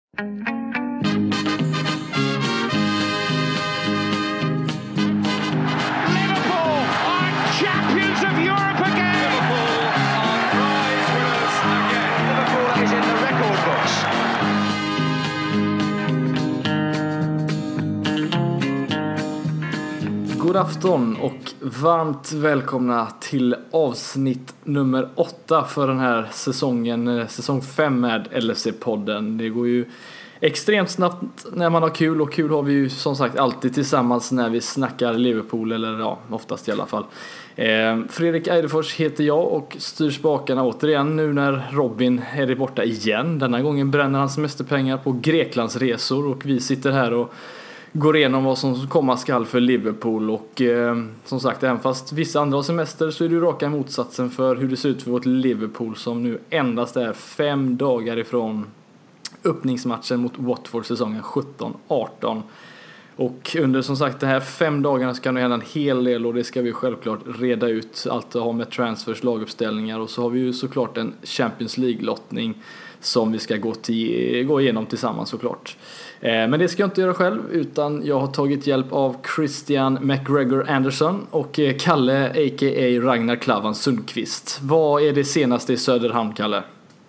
God afton och varmt välkomna till avsnitt nummer 8 för den här säsongen, säsong 5 med LFC-podden. Det går ju extremt snabbt när man har kul, och kul har vi ju som sagt alltid tillsammans när vi snackar Liverpool, eller ja, oftast i alla fall. Fredrik Eidefors heter jag och styr spakarna återigen nu när Robin är borta igen. Denna gången bränner han semesterpengar på Greklandsresor och vi sitter här och går igenom vad som komma skall för Liverpool. Och som sagt, även fast vissa andra har semester så är det ju raka motsatsen för hur det ser ut för vårt Liverpool, som nu endast är 5 dagar ifrån öppningsmatchen mot Watford säsongen 17-18. Och under som sagt de här 5 dagarna ska det hända en hel del, och det ska vi självklart reda ut. Allt att ha med transfers, laguppställningar, och så har vi ju såklart en Champions League-lottning som vi ska gå igenom tillsammans såklart. Men det ska jag inte göra själv, utan jag har tagit hjälp av Christian McGregor Anderson och Kalle a.k.a. Ragnar Klavan Sundqvist. Vad är det senaste i Söderhamn, Kalle?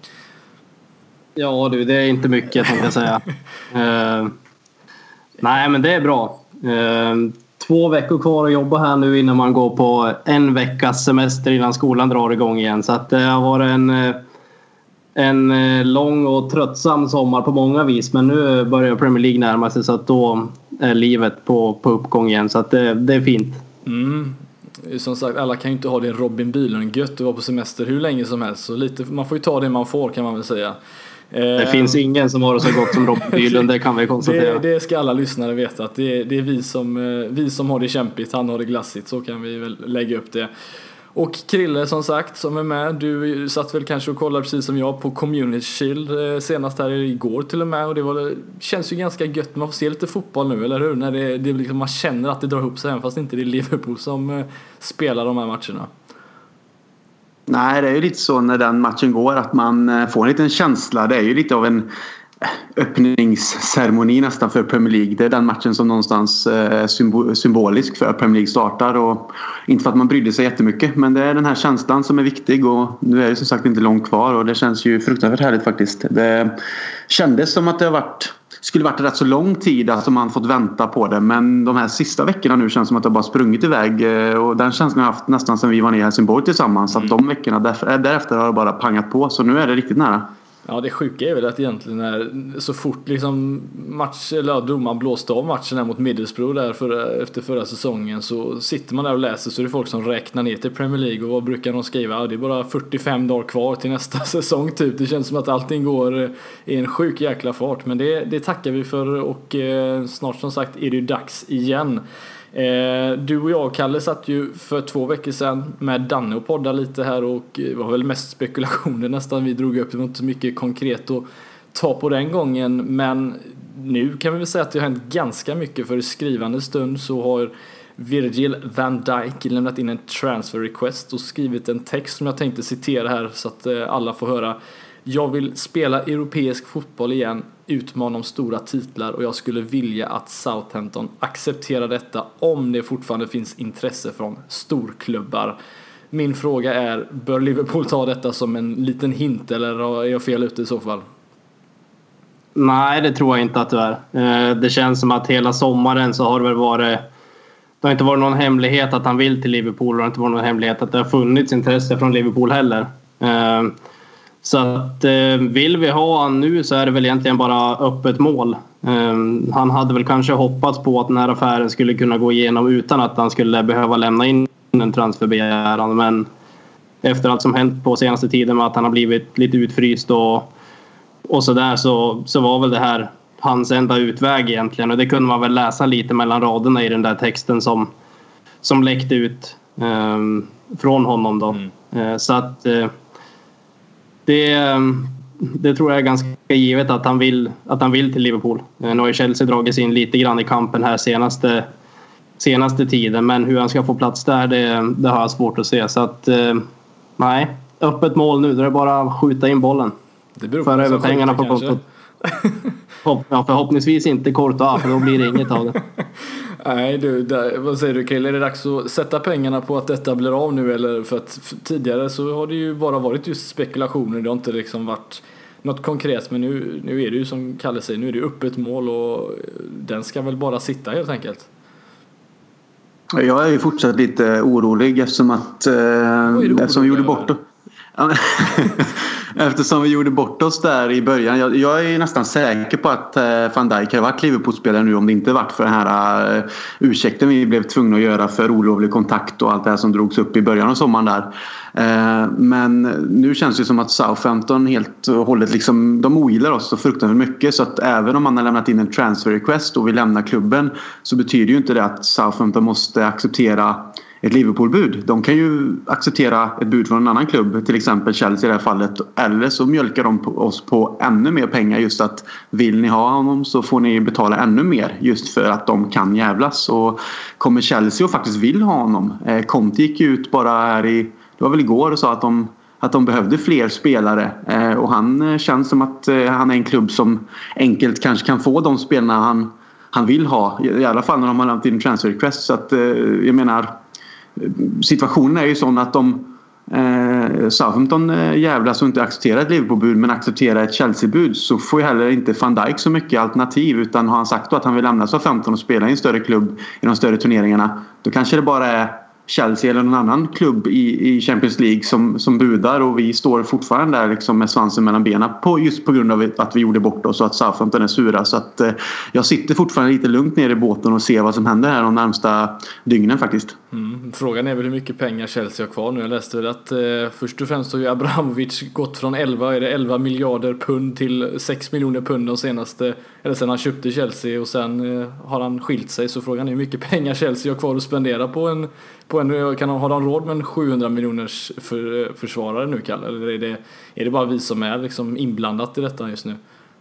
Ja du, det är inte mycket som jag säga. Nej, men det är bra. 2 veckor kvar att jobba här nu innan man går på en veckas semester innan skolan drar igång igen. Så att det har varit en lång och tröttsam sommar på många vis. Men nu börjar Premier League närma sig, så att då är livet på uppgång igen. Så att det är fint. Som sagt, alla kan ju inte ha det Robin Bylund gött att vara på semester hur länge som helst. Så lite, man får ju ta det man får, kan man väl säga. Det finns ingen som har det så gott som Robin Bylund, det kan vi konstatera. Det ska alla lyssnare veta, att det är vi som har det kämpigt, han har det glassigt, så kan vi väl lägga upp det. Och Krille som sagt som är med, du satt väl kanske och kollade precis som jag på Community Shield senast här igår till och med, och det känns ju ganska gött, man får se lite fotboll nu, eller hur? När det liksom, man känner att det drar ihop sig, även fast inte det är Liverpool som spelar de här matcherna. Nej, det är ju lite så när den matchen går att man får en liten känsla. Det är ju lite av en öppningsceremoni nästan för Premier League. Det är den matchen som någonstans är symbolisk för att Premier League startar. Och inte för att man brydde sig jättemycket, men det är den här känslan som är viktig. Och nu är det som sagt inte långt kvar, och det känns ju fruktansvärt härligt faktiskt. Det kändes som att det skulle varit rätt så lång tid att man fått vänta på det, men de här sista veckorna nu känns som att det bara sprungit iväg, och den känslan har jag haft nästan sedan vi var nere i Helsingborg tillsammans, att de veckorna därefter har det bara pangat på, så nu är det riktigt nära. Ja, det sjuka är väl att egentligen när så fort liksom domaren blåste av matchen här mot Middlesbrough där efter förra säsongen, så sitter man där och läser, så är det folk som räknar ner till Premier League, och vad brukar de skriva? Ja, det är bara 45 dagar kvar till nästa säsong typ. Det känns som att allting går i en sjuk jäkla fart, men det tackar vi för, och snart som sagt är det ju dags igen. Du och jag, Kalle, satt ju för 2 veckor sedan med Danne och poddade lite här, och det var väl mest spekulationer nästan vi drog upp. Det var inte så mycket konkret att ta på den gången, men nu kan vi väl säga att det har hänt ganska mycket. För i skrivande stund så har Virgil van Dijk lämnat in en transfer request och skrivit en text som jag tänkte citera här så att alla får höra. Jag vill spela europeisk fotboll igen, utmana om stora titlar, och jag skulle vilja att Southampton accepterar detta om det fortfarande finns intresse från storklubbar. Min fråga är, bör Liverpool ta detta som en liten hint, eller är jag fel ute i så fall? Nej, det tror jag inte att du är. Det känns som att hela sommaren så har det väl varit... Det har inte varit någon hemlighet att han vill till Liverpool, och det har inte varit någon hemlighet att det har funnits intresse från Liverpool heller. Så att vill vi ha han nu, så är det väl egentligen bara öppet mål. Han hade väl kanske hoppats på att den här affären skulle kunna gå igenom utan att han skulle behöva lämna in en transferbegäran. Men efter allt som hänt på senaste tiden med att han har blivit lite utfryst och sådär, så var väl det här hans enda utväg egentligen. Och det kunde man väl läsa lite mellan raderna i den där texten som läckte ut från honom då. Så att... Det tror jag är ganska givet att han vill till Liverpool. Nu har ju Chelsea dragit sig in lite grann i kampen här senaste tiden, men hur han ska få plats där, det har jag svårt att se. Så att nej, öppet mål nu, då är det bara att skjuta in bollen. Det beror på över pengarna på kontot. Förhoppningsvis inte Courtois, för då blir det inget av det. Nej du, vad säger du Krille? Är det dags att sätta pengarna på att detta blir av nu? Eller för att tidigare så har det ju bara varit just spekulationer. Det har inte liksom varit något konkret. Men nu är det ju som Kalle säger, nu är det öppet mål och den ska väl bara sitta helt enkelt. Jag är ju fortsatt lite orolig eftersom vi gjorde bort eftersom vi gjorde bort oss där i början. Jag är nästan säker på att Van Dijk har varit Liverpool-spelare nu om det inte varit för den här ursäkten vi blev tvungna att göra för olovlig kontakt och allt det här som drogs upp i början av sommaren där. Men nu känns det som att Southampton helt och hållet liksom, de ogillar oss så fruktansvärt mycket så att även om man har lämnat in en transfer request och vill lämna klubben så betyder ju inte det att Southampton måste acceptera ett Liverpool-bud. De kan ju acceptera ett bud från en annan klubb, till exempel Chelsea i det här fallet. Eller så mjölkar de oss på ännu mer pengar, just att vill ni ha honom så får ni betala ännu mer just för att de kan jävlas. Och kommer Chelsea och faktiskt vill ha honom. Conte gick ut bara här det var väl igår och sa att de behövde fler spelare. Och han känns som att han är en klubb som enkelt kanske kan få de spelarna han vill ha. I alla fall när de har lämnat in transfer request. Så att jag menar, situationen är ju sån att Southampton jävlas och inte accepterar ett Liverpool-bud men accepterar ett Chelsea-bud, så får ju heller inte Van Dijk så mycket alternativ, utan har han sagt då att han vill lämna Southampton och spela i en större klubb i de större turneringarna, då kanske det bara är Chelsea eller någon annan klubb i Champions League som budar, och vi står fortfarande där liksom med svansen mellan benen just på grund av att vi gjorde bort oss och att Southampton är sura. Så att jag sitter fortfarande lite lugnt ner i båten och ser vad som händer här de närmsta dygnen faktiskt. Frågan är väl hur mycket pengar Chelsea har kvar nu. Jag läste väl att först och främst har ju Abramovich gått från 11 miljarder pund till 6 miljoner pund de senaste, eller sen han köpte Chelsea, och sen har han skilt sig. Så frågan är hur mycket pengar Chelsea har kvar att spendera på en har de råd med en 700 miljoners försvarare nu, Kalle? Eller är det bara vi som är liksom inblandat i detta just nu?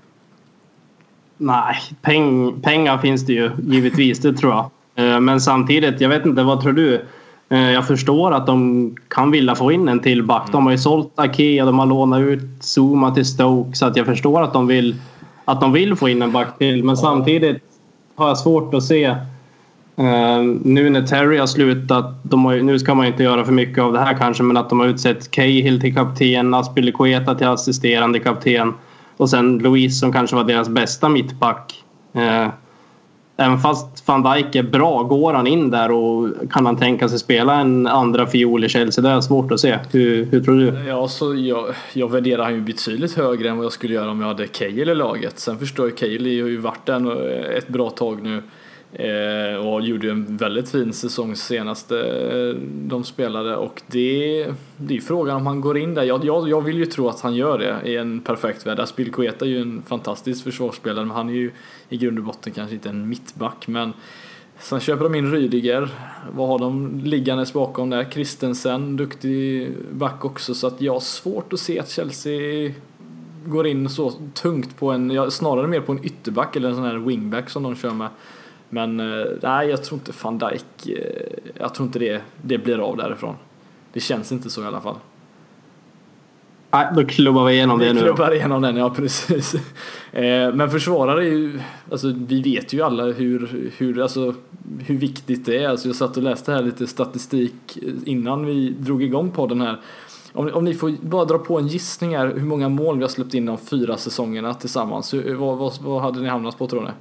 Nej, pengar finns det ju givetvis, det tror jag. Men samtidigt, jag vet inte, vad tror du? Jag förstår att de kan vilja få in en till back. De har ju sålt Ake och de har lånat ut Zuma till Stoke, så att jag förstår att de vill få in en back till. Men samtidigt har jag svårt att se nu när Terry har slutat, nu ska man inte göra för mycket av det här kanske, men att de har utsett Cahill till kapten, Azpilicueta till assisterande kapten och sen Luis som kanske var deras bästa mittback. Även fast Van Dijk är bra, går han in där och kan han tänka sig spela en andra fiol i Chelsea? Det är svårt att se. Hur tror du? Ja, så jag värderar han ju betydligt högre än vad jag skulle göra om jag hade Cahill i laget. Sen förstår jag, Cahill har ju varit där ett bra tag nu. Och gjorde en väldigt fin säsong senaste de spelade, och det är frågan om han går in där. Jag vill ju tro att han gör det i en perfekt värld. Azpilicueta är ju en fantastisk försvarsspelare, men han är ju i grund och botten kanske inte en mittback. Men sen köper de in Rüdiger. Vad har de liggandes bakom där? Christensen, duktig back också. Så att jag har svårt att se att Chelsea går in så tungt på snarare mer på en ytterback eller en sån här wingback som de kör med. Men nej, jag tror inte Van Dijk, jag tror inte det blir av därifrån. Det känns inte så i alla fall. Nej, då klubbar vi igenom det nu. Klubbar igenom den, ja precis. Men försvarare är ju, alltså vi vet ju alla hur viktigt det är. Alltså jag satt och läste här lite statistik innan vi drog igång podden här. Om ni får bara dra på en gissning här, hur många mål vi har släppt in de 4 säsongerna tillsammans. Vad hade ni hamnat på, tror ni?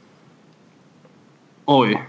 Oj.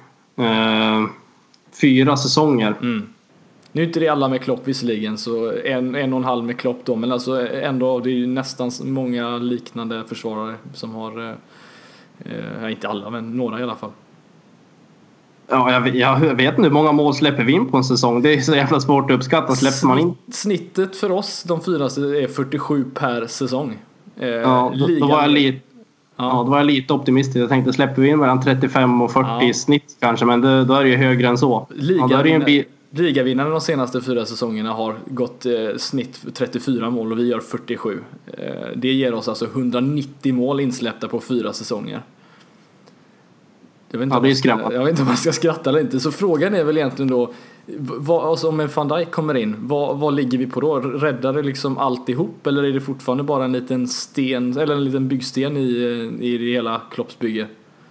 4 säsonger. Nu är inte det alla med Klopp visserligen, så en och en halv med Klopp då, men alltså ändå, det är ju nästan många liknande försvarare som har inte alla, men några i alla fall. Ja, jag vet inte hur många mål släpper vi in på en säsong. Det är så jävla svårt att uppskatta. Släpper man in? Snittet för oss, de 4 är 47 per säsong. Då var jag lite... Ja, då var jag lite optimistisk. Jag tänkte, släpper vi in mellan 35 och 40 i snitt kanske, men då är det ju högre än så. Ligavinnarna de senaste 4 säsongerna har gått snitt 34 mål och vi gör 47. Det ger oss alltså 190 mål insläppta på 4 säsonger. Jag vet inte om man ska skratta eller inte. Så frågan är väl egentligen då, alltså om en Van Dijk kommer in, vad ligger vi på då? Räddar det liksom alltihop, eller är det fortfarande bara en liten sten eller en liten byggsten i det hela Klopps bygge?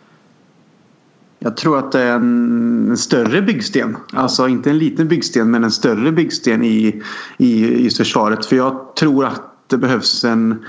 Jag tror att det är en större byggsten. Alltså inte en liten byggsten, men en större byggsten i försvaret. För jag tror att det behövs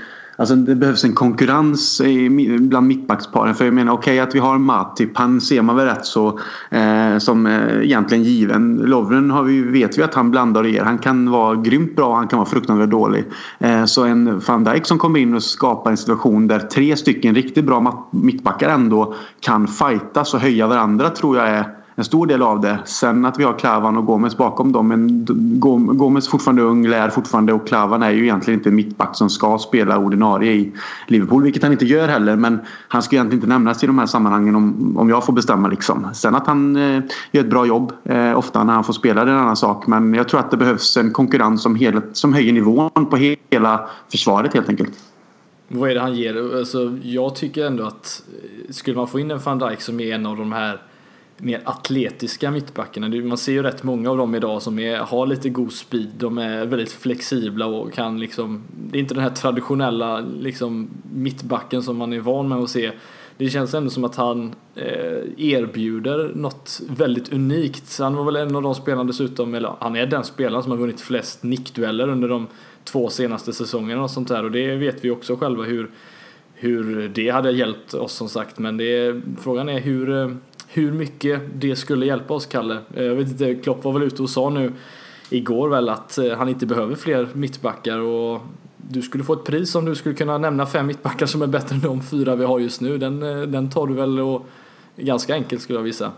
en konkurrens bland mittbacksparen. För jag menar okej, att vi har Matip, han ser man väl rätt så som egentligen given. Lovren vet vi att han blandar och ger. Han kan vara grymt bra, han kan vara fruktansvärt dålig. Så en Van Dijk som kommer in och skapar en situation där 3 stycken riktigt bra mittbackar ändå kan fightas och höja varandra, tror jag är en stor del av det. Sen att vi har Klavan och Gomes bakom dem. Men Gomes fortfarande ung, lär fortfarande, och Klavan är ju egentligen inte mittback som ska spela ordinarie i Liverpool, vilket han inte gör heller. Men han ska egentligen inte nämnas i de här sammanhangen om jag får bestämma liksom. Sen att han gör ett bra jobb ofta när han får spela, det är en annan sak. Men jag tror att det behövs en konkurrens som höjer nivån på hela försvaret helt enkelt. Vad är det han ger? Alltså, jag tycker ändå att skulle man få in en Van Dijk som är en av de här mer atletiska mittbackarna. Man ser ju rätt många av dem idag som har lite god speed. De är väldigt flexibla och kan liksom, det är inte den här traditionella liksom mittbacken som man är van med att se. Det känns ändå som att han erbjuder något väldigt unikt. Han var väl en av de spelarna dessutom, eller han är den spelaren som har vunnit flest nickdueller under de 2 senaste säsongerna och sånt där. Och det vet vi också själva hur det hade hjälpt oss, som sagt. Men frågan är hur mycket det skulle hjälpa oss, Kalle. Jag vet inte, Klopp var väl ute och sa nu igår väl att han inte behöver fler mittbackar, och du skulle få ett pris om du skulle kunna nämna 5 mittbackar som är bättre än de 4 vi har just nu. Den tar du väl, och ganska enkelt skulle jag visa.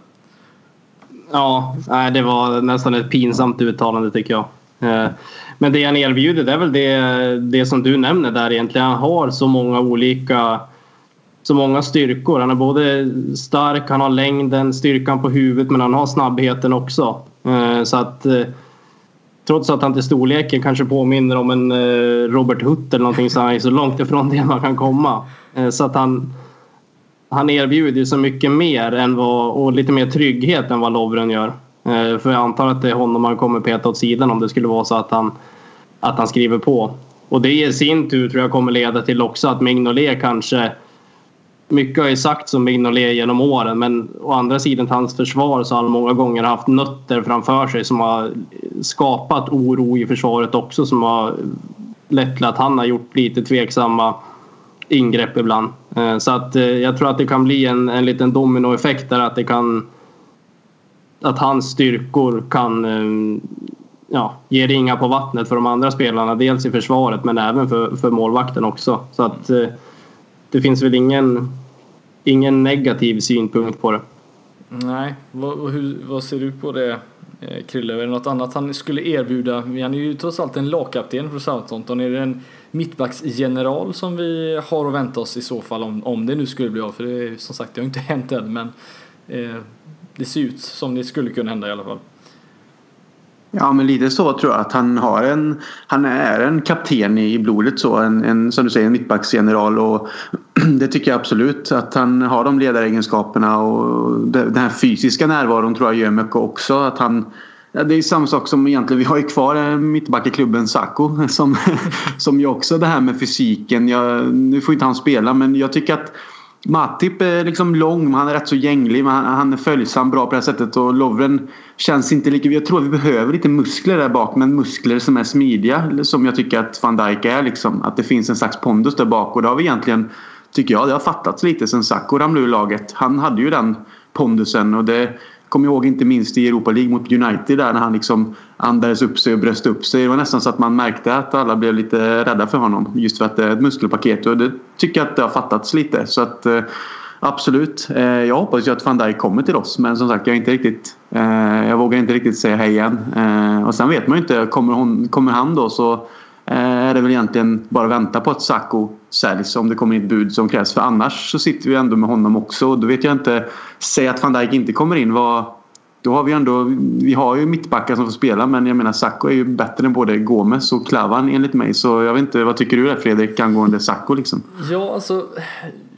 Ja, det var nästan ett pinsamt uttalande tycker jag. Men det han erbjuder, det är väl det som du nämner där egentligen. Han har så många styrkor. Han är både stark, han har längden, styrkan på huvudet, men han har snabbheten också. Så att trots att han till storleken kanske påminner om en Robert Hutt eller någonting, så han är så långt ifrån det man kan komma. Så att han erbjuder så mycket mer och lite mer trygghet än vad Lovren gör. För jag antar att det är honom man kommer peta åt sidan om det skulle vara så att han skriver på. Och det i sin tur tror jag kommer leda till också att Mignolet kanske, mycket har ju sagt som Mignolet genom åren, men å andra sidan till hans försvar så har han många gånger haft nötter framför sig som har skapat oro i försvaret också, som har lett till att han har gjort lite tveksamma ingrepp ibland. Så att jag tror att det kan bli en liten dominoeffekt där, att hans styrkor kan ge ringar på vattnet för de andra spelarna, dels i försvaret men även för målvakten också. Så att det finns väl ingen negativ synpunkt på det. Nej, vad ser du på det, Krille? Är det något annat han skulle erbjuda? Han är ju trots allt en lagkapten för Southampton. Är det en mittbacksgeneral som vi har att vänta oss i så fall, om det nu skulle bli av? För det är, som sagt, det har inte hänt än, men det ser ut som det skulle kunna hända i alla fall. Ja, men lite så tror jag att han är en kapten i blodet, så en som du säger, en mittbacksgeneral, och det tycker jag absolut att han har, de ledaregenskaperna, och den här fysiska närvaron tror jag gör mycket också. Att det är samma sak som egentligen, vi har ju kvar mittback i klubben, Sakho, som ju också det här med fysiken. Nu får inte han spela, men jag tycker att Matip är liksom lång, men han är rätt så gänglig, men han är följsam bra på det här sättet, och Lovren känns inte lika. Jag tror att vi behöver lite muskler där bak, men muskler som är smidiga, som jag tycker att Van Dijk är liksom, att det finns en slags pondus där bak, och det har vi egentligen, tycker jag, det har fattats lite sen Sakho ramlade ur laget. Han hade ju den pondusen, och det kommer jag ihåg inte minst i Europa League mot United där, när han liksom andades upp sig och bröst upp sig. Det var nästan så att man märkte att alla blev lite rädda för honom, just för att det är ett muskelpaket, och det tycker jag att det har fattats lite. Så att absolut, jag hoppas ju att Van Dijk kommer till oss, men som sagt, jag vågar inte riktigt säga hej än. Och sen vet man ju inte, kommer han då, så är det väl egentligen bara vänta på att Sakho säljs om det kommer in ett bud som krävs. För annars så sitter vi ändå med honom också. Då vet jag inte, säga att Van Dijk inte kommer in, då har vi har ju mittbackar som får spela, men jag menar Sakho är ju bättre än både Gomes och Klavan enligt mig. Så jag vet inte, vad tycker du där, Fredrik, angående Sakho liksom? Ja, alltså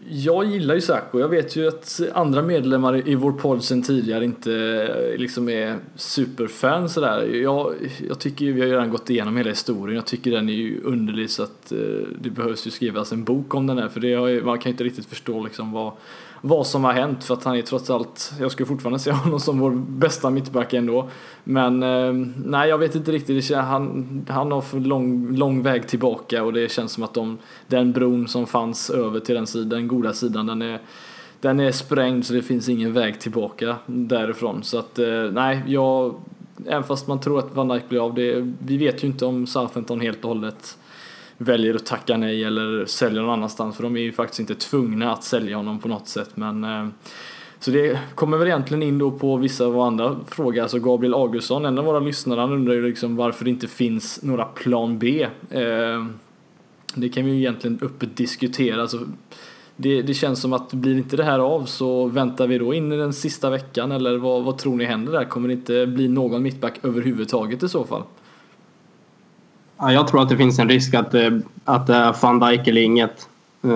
jag gillar ju Sakho. Jag vet ju att andra medlemmar i vår podd sen tidigare inte liksom är superfans sådär. Jag tycker ju, vi har ju redan gått igenom hela historien. Jag tycker den är ju underlig, så att det behövs ju skrivas en bok om den här. För man kan ju inte riktigt förstå liksom vad som har hänt, för att han är trots allt, jag skulle fortfarande se honom som vår bästa mittback ändå. Men nej, jag vet inte riktigt. Han har för lång väg tillbaka, och det känns som att den bron som fanns över till den goda sidan, den är sprängd, så det finns ingen väg tillbaka därifrån. Så att nej, även fast man tror att Van Dijk blir av det, vi vet ju inte om Southampton helt och hållet väljer att tacka nej eller sälja någon annanstans, för de är ju faktiskt inte tvungna att sälja honom på något sätt. Men så det kommer väl egentligen in då på vissa av andra frågor. Alltså Gabriel Augustsson, en av våra lyssnare, han undrar ju liksom varför det inte finns några plan B. Det kan vi ju egentligen öppet diskutera. Alltså, det känns som att blir inte det här av, så väntar vi då in i den sista veckan, eller vad tror ni händer där? Kommer det inte bli någon mittback överhuvudtaget i så fall? Ja, jag tror att det finns en risk att Van Dijk eller inget.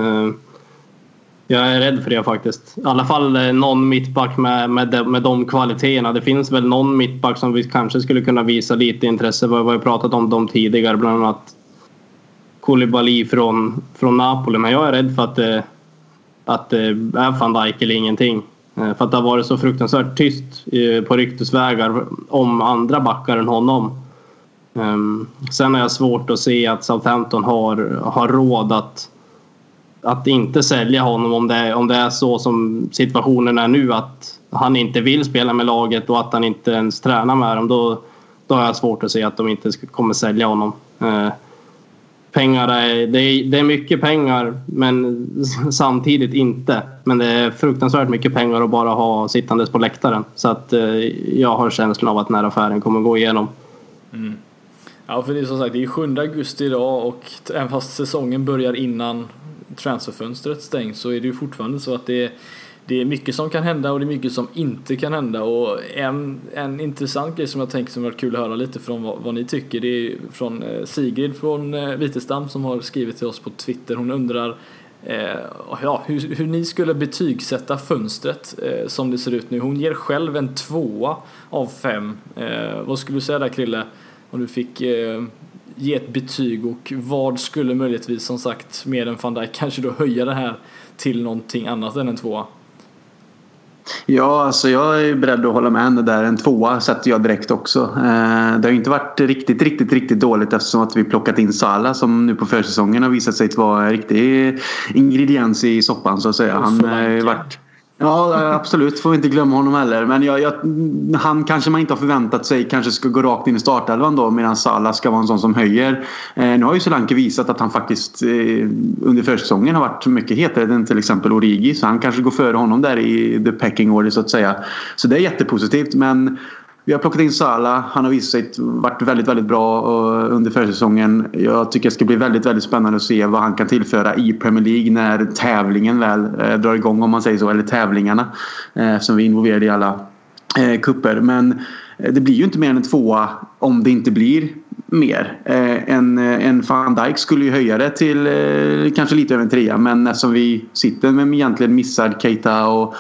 Jag är rädd för det faktiskt. I alla fall någon mittback med de kvaliteterna. Det finns väl någon mittback som vi kanske skulle kunna visa lite intresse. Vi har ju pratat om dem tidigare, bland annat Koulibaly från Napoli. Men jag är rädd för att det är Van Dijk eller ingenting. För att det har varit så fruktansvärt tyst på ryktesvägar om andra backar än honom. Sen är jag svårt att se att Southampton har råd att inte sälja honom om det är så som situationen är nu, att han inte vill spela med laget och att han inte ens tränar med dem. Då har jag svårt att se att de inte kommer sälja honom. Pengar det är mycket pengar, men samtidigt inte. Men det är fruktansvärt mycket pengar att bara ha sittandes på läktaren. Så att jag har känslan av att den här affären kommer gå igenom. Mm. Ja, för det är som sagt, det är 7 augusti idag, och även fast säsongen börjar innan transferfönstret stängs, så är det ju fortfarande så att det är mycket som kan hända och det är mycket som inte kan hända. Och en intressant grej som jag tänker som är kul att höra lite från vad ni tycker, det är från Sigrid från Vitestam, som har skrivit till oss på Twitter. Hon undrar hur ni skulle betygsätta fönstret som det ser ut nu. Hon ger själv en 2 av 5. Vad skulle du säga där, Krille, om du fick ge ett betyg, och vad skulle möjligtvis, som sagt, med en Van Dijk kanske då höja det här till någonting annat än en 2? Ja, alltså jag är beredd att hålla med henne där. En 2 sätter jag direkt också. Det har ju inte varit riktigt dåligt, eftersom att vi plockat in Salah, som nu på försäsongen har visat sig vara en riktig ingrediens i soppan, så att säga. Han har varit... Ja, absolut. Får vi inte glömma honom heller. Men han kanske man inte har förväntat sig kanske ska gå rakt in i startelvan då, medan Salah ska vara en sån som höjer. Nu har ju Solanke visat att han faktiskt under försäsongen har varit mycket hetare än till exempel Origi. Så han kanske går före honom där i the pecking order, så att säga. Så det är jättepositivt, men... Vi har plockat in Salah. Han har visat sig varit väldigt, väldigt bra under försäsongen. Jag tycker det ska bli väldigt, väldigt spännande att se vad han kan tillföra i Premier League när tävlingen väl drar igång, om man säger så. Eller tävlingarna, som vi är involverade i alla kupper. Men det blir ju inte mer än en 2 om det inte blir mer. En Van Dijk skulle ju höja det till kanske lite över en 3, men eftersom vi sitter med egentligen missad Keita och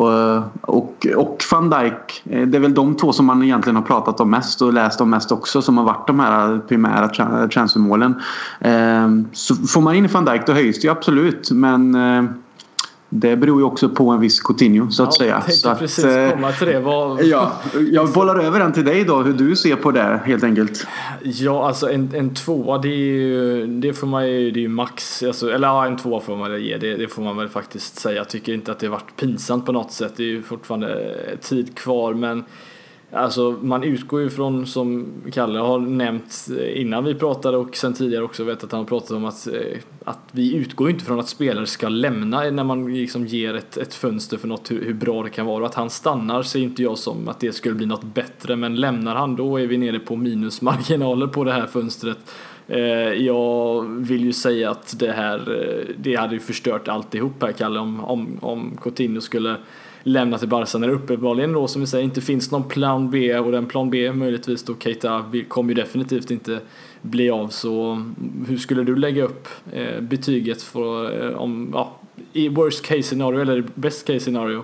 Van Dijk, det är väl de 2 som man egentligen har pratat om mest och läst om mest också, som har varit de här primära transfermålen. Så får man in Van Dijk, då höjs det ju absolut, men det beror ju också på en viss Coutinho, så att säga. Så att, precis komma till det. Ja, jag bollar över den till dig då, hur du ser på det, helt enkelt. Ja, alltså en 2, det får man ju, det är ju max, alltså, eller ja, en 2 får man ge, det får man väl faktiskt säga. Jag tycker inte att det har varit pinsamt på något sätt. Det är ju fortfarande tid kvar, men alltså man utgår ju från, som Kalle har nämnt innan vi pratade, och sen tidigare också vet att han har pratat om att vi utgår inte från att spelare ska lämna när man liksom ger ett fönster för något, hur bra det kan vara. Att han stannar ser inte jag som att det skulle bli något bättre, men lämnar han, då är vi nere på minusmarginaler på det här fönstret. Jag vill ju säga att det hade ju förstört alltihop här, Kalle, om Coutinho skulle lämna till Barca, när det uppenbarligen då, som vi säger, inte finns någon plan B, och den plan B möjligtvis då Keita kommer ju definitivt inte bli av. Så hur skulle du lägga upp betyget för i worst case scenario eller best case scenario?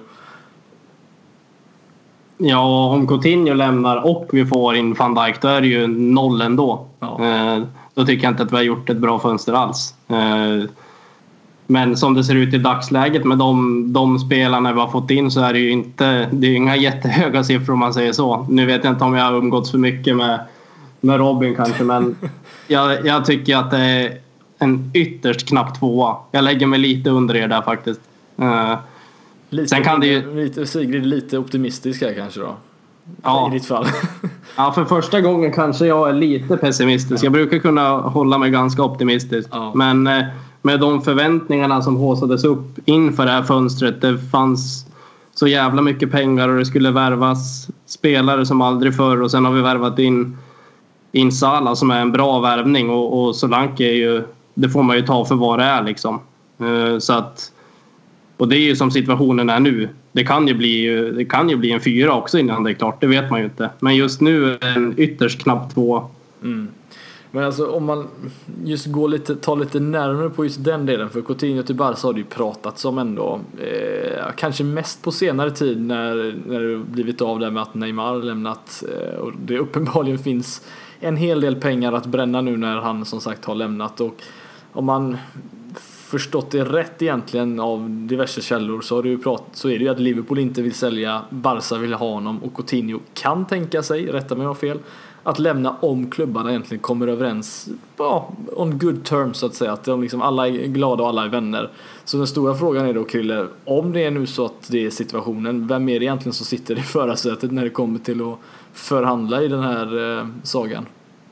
Ja, om Coutinho lämnar och vi får in Van Dijk, då är det ju 0 ändå. Ja. Då tycker jag inte att vi har gjort ett bra fönster alls. Men som det ser ut i dagsläget med de spelarna vi har fått in, så är det ju inte, det är inga jättehöga siffror om man säger så. Nu vet jag inte om jag har umgåtts för mycket med Robin kanske, men jag tycker att det är en ytterst knapp 2. Jag lägger mig lite under er där faktiskt. Sen kan det ju... Sigrid lite optimistisk här kanske då. Ja. I ditt fall. Ja, för första gången kanske jag är lite pessimistisk. Jag brukar kunna hålla mig ganska optimistisk. Ja. Men med de förväntningarna som håsades upp inför det här fönstret, det fanns så jävla mycket pengar och det skulle värvas spelare som aldrig förr, och sen har vi värvat in Salah som är en bra värvning, och Solanke är ju, det får man ju ta för vad det är liksom. Så att, och det är ju som situationen är nu. Det kan ju bli en 4 också innan det är klart. Det vet man ju inte. Men just nu är det en ytterst knapp 2. Mm. Men alltså om man just tar lite närmare på just den delen. För Coutinho till Barca har det ju pratats om ändå. Kanske mest på senare tid när det blivit av det med att Neymar lämnat. Och det uppenbarligen finns en hel del pengar att bränna nu när han som sagt har lämnat. Och om man förstått det rätt egentligen av diverse källor, så är det ju att Liverpool inte vill sälja, Barca vill ha honom, och Coutinho kan tänka sig, rätta mig om jag har fel, att lämna om klubbarna egentligen kommer överens on good terms så att säga, att de liksom alla är glada och alla är vänner. Så den stora frågan är då, Krille, om det är nu så att det är situationen, vem är det egentligen som sitter i förarsätet när det kommer till att förhandla i den här sagan?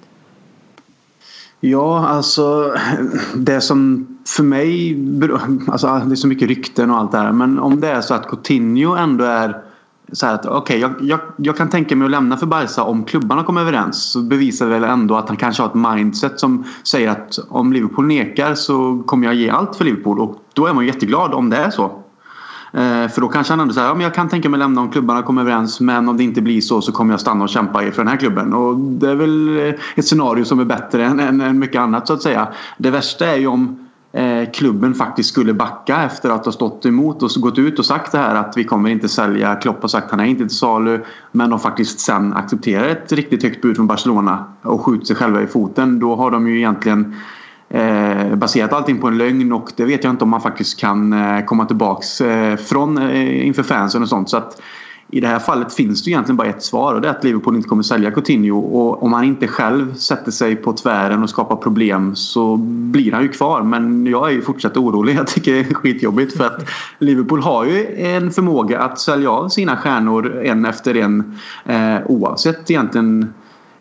Ja, alltså det som för mig, alltså det är så mycket rykten och allt det här, men om det är så att Coutinho ändå är så här att okej, jag kan tänka mig att lämna för Barca om klubbarna kommer överens, så bevisar väl ändå att han kanske har ett mindset som säger att om Liverpool nekar så kommer jag ge allt för Liverpool, och då är man jätteglad om det är så. För då kanske han ändå säger, ja, men jag kan tänka mig lämna om klubbarna kommer överens, men om det inte blir så kommer jag stanna och kämpa för den här klubben. Och det är väl ett scenario som är bättre än mycket annat så att säga. Det värsta är ju om klubben faktiskt skulle backa efter att ha stått emot och gått ut och sagt det här att vi kommer inte sälja. Klopp har sagt att han är inte till salu, men de faktiskt sen accepterar ett riktigt högt bud från Barcelona och skjuter sig själva i foten. Då har de ju egentligen baserat allting på en lögn, och det vet jag inte om man faktiskt kan komma tillbaks från inför fansen och sånt. Så att i det här fallet finns det egentligen bara ett svar, och det är att Liverpool inte kommer sälja Coutinho, och om han inte själv sätter sig på tvären och skapar problem så blir han ju kvar. Men jag är ju fortsatt orolig. Jag tycker det är skitjobbigt, för att Liverpool har ju en förmåga att sälja av sina stjärnor en efter en, oavsett egentligen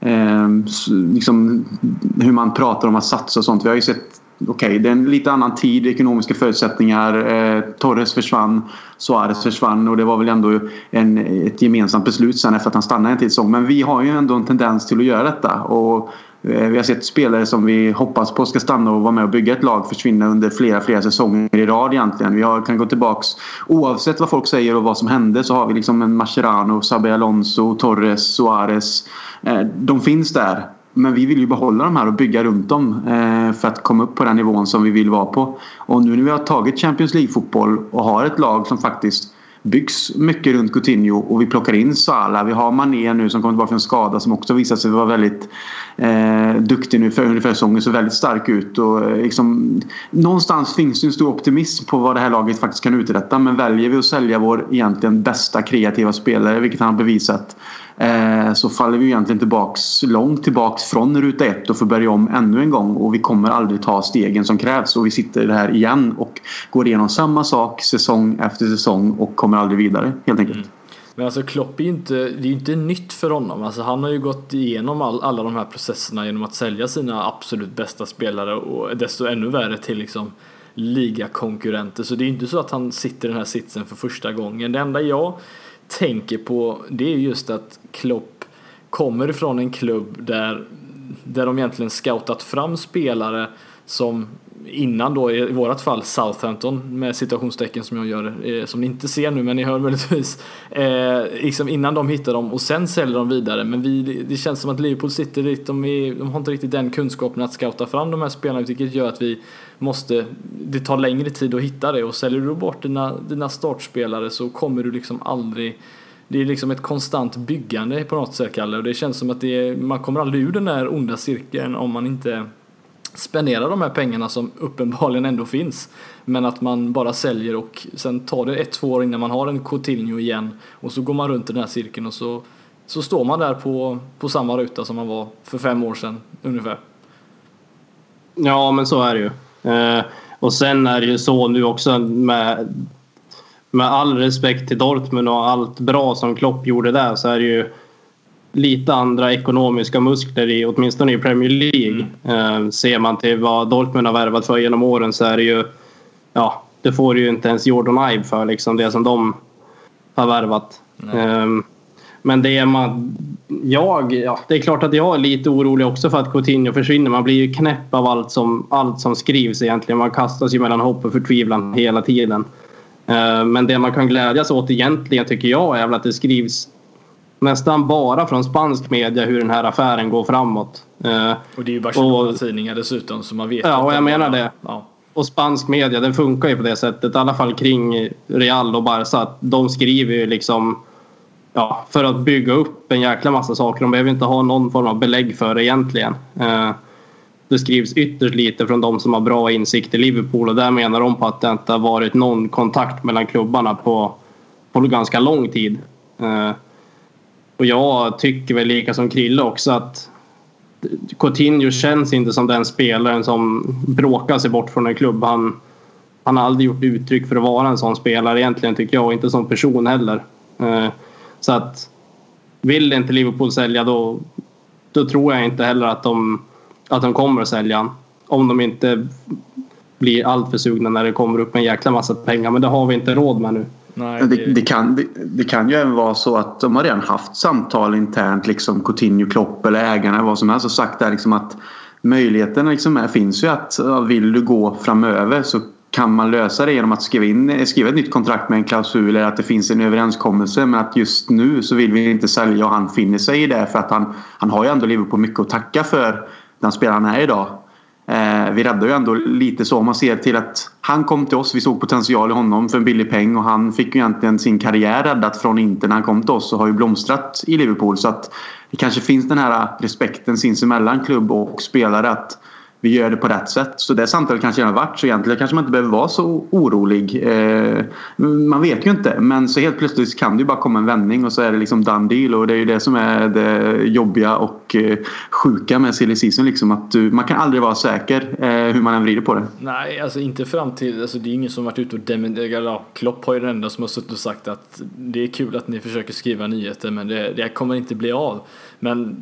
liksom hur man pratar om att satsa och sånt. Vi har ju sett, okej, det är en lite annan tid, ekonomiska förutsättningar. Torres försvann, Suarez försvann, och det var väl ändå ett gemensamt beslut sen efter att han stannade en tid så. Men vi har ju ändå en tendens till att göra detta, och vi har sett spelare som vi hoppas på ska stanna och vara med och bygga ett lag försvinna under flera säsonger i rad egentligen. Vi kan gå tillbaks, oavsett vad folk säger och vad som hände, så har vi liksom en Mascherano, Xabi Alonso, Torres, Suarez. De finns där, men vi vill ju behålla de här och bygga runt dem för att komma upp på den nivån som vi vill vara på. Och nu när vi har tagit Champions League-fotboll och har ett lag som faktiskt byggs mycket runt Coutinho, och vi plockar in Salah, vi har Mané nu som kommer tillbaka från skada, som också visar sig vara väldigt duktig nu för ungefär säsongen, så väldigt stark ut, och liksom, någonstans finns det en stor optimism på vad det här laget faktiskt kan uträtta. Men väljer vi att sälja vår egentligen bästa kreativa spelare, vilket han har bevisat, så faller vi egentligen långt tillbaks från ruta 1 och får börja om ännu en gång, och vi kommer aldrig ta stegen som krävs, och vi sitter här igen och går igenom samma sak säsong efter säsong och kommer aldrig vidare helt enkelt. Men alltså Klopp är ju inte nytt för honom. Alltså han har ju gått igenom alla de här processerna genom att sälja sina absolut bästa spelare, och desto ännu värre till liksom ligakonkurrenter. Så det är inte så att han sitter i den här sitsen för första gången. Det enda jag tänker på, det är just att Klopp kommer ifrån en klubb där de egentligen scoutat fram spelare som innan då i vårat fall Southampton med situationstecken som jag gör, som ni inte ser nu men ni hör möjligtvis, liksom innan de hittar dem och sen säljer de vidare. Men det känns som att Liverpool sitter dit, de har inte riktigt den kunskapen att scouta fram de här spelarna, vilket gör att det tar längre tid att hitta det, och säljer du bort dina startspelare så kommer du liksom aldrig. Det är liksom ett konstant byggande på något sätt, Kalle, och det känns som att man kommer aldrig ur den där onda cirkeln om man inte spenderar de här pengarna som uppenbarligen ändå finns, men att man bara säljer och sen tar det 1-2 år innan man har en Coutinho igen, och så går man runt den här cirkeln och så står man där på samma ruta som man var för 5 år sedan ungefär. Ja, men så är det ju. Och sen är det ju så nu också med all respekt till Dortmund och allt bra som Klopp gjorde där, så är det ju lite andra ekonomiska muskler åtminstone i Premier League. Ser man till vad Dortmund har värvat för genom åren, så är det ju, ja, det får ju inte ens Jordan Ibe för liksom det som de har värvat. Men det är klart att jag är lite orolig också för att Coutinho försvinner. Man blir ju knäpp av allt som skrivs egentligen. Man kastas ju mellan hopp och förtvivlan hela tiden. Men det man kan glädjas åt egentligen, tycker jag, är att det skrivs nästan bara från spansk media hur den här affären går framåt. Och det är ju Barcelona-tidningar dessutom, som man vet. Ja, och jag menar det. Ja. Och spansk media, den funkar ju på det sättet, i alla fall kring Real och Barca, att de skriver ju liksom, ja, för att bygga upp en jäkla massa saker. De behöver inte ha någon form av belägg för det egentligen. Det skrivs ytterst lite från de som har bra insikt i Liverpool, och där menar de på att det inte har varit någon kontakt mellan klubbarna på ganska lång tid. Och jag tycker väl lika som Krille också att Coutinho känns inte som den spelaren som bråkar sig bort från en klubb. Han har aldrig gjort uttryck för att vara en sån spelare egentligen, tycker jag, och inte som person heller. Så att vill inte Liverpool sälja, då tror jag inte heller att de kommer att sälja, om de inte blir allt för sugna när det kommer upp en jäkla massa pengar. Men det har vi inte råd med nu. Nej, det kan ju även vara så att de har redan haft samtal internt, liksom Coutinho, Klopp eller ägarna, vad som helst, och sagt där liksom att möjligheten liksom finns ju att vill du gå framöver så kan man lösa det genom att skriva ett nytt kontrakt med en klausul, eller att det finns en överenskommelse, men att just nu så vill vi inte sälja, och han finner sig i det för att han har ju ändå Liverpool mycket att tacka för den spelaren här idag. Vi räddade ju ändå lite så, om man ser till att han kom till oss, vi såg potential i honom för en billig peng, och han fick ju egentligen sin karriär räddat från Inter när han kom till oss och har ju blomstrat i Liverpool. Så att det kanske finns den här respekten sinsemellan klubb och spelare, att vi gör det på rätt sätt. Så det samtalet kanske har varit, så egentligen kanske man inte behöver vara så orolig. Man vet ju inte, men så helt plötsligt kan det ju bara komma en vändning och så är det liksom done deal, och det är ju det som är det jobbiga och sjuka med silly season, liksom, att man kan aldrig vara säker hur man än vrider på det. Nej, alltså inte fram till, alltså det är ingen som varit ute och Klopp har ju den enda som har suttit och sagt att det är kul att ni försöker skriva nyheter, men det kommer inte bli av. Men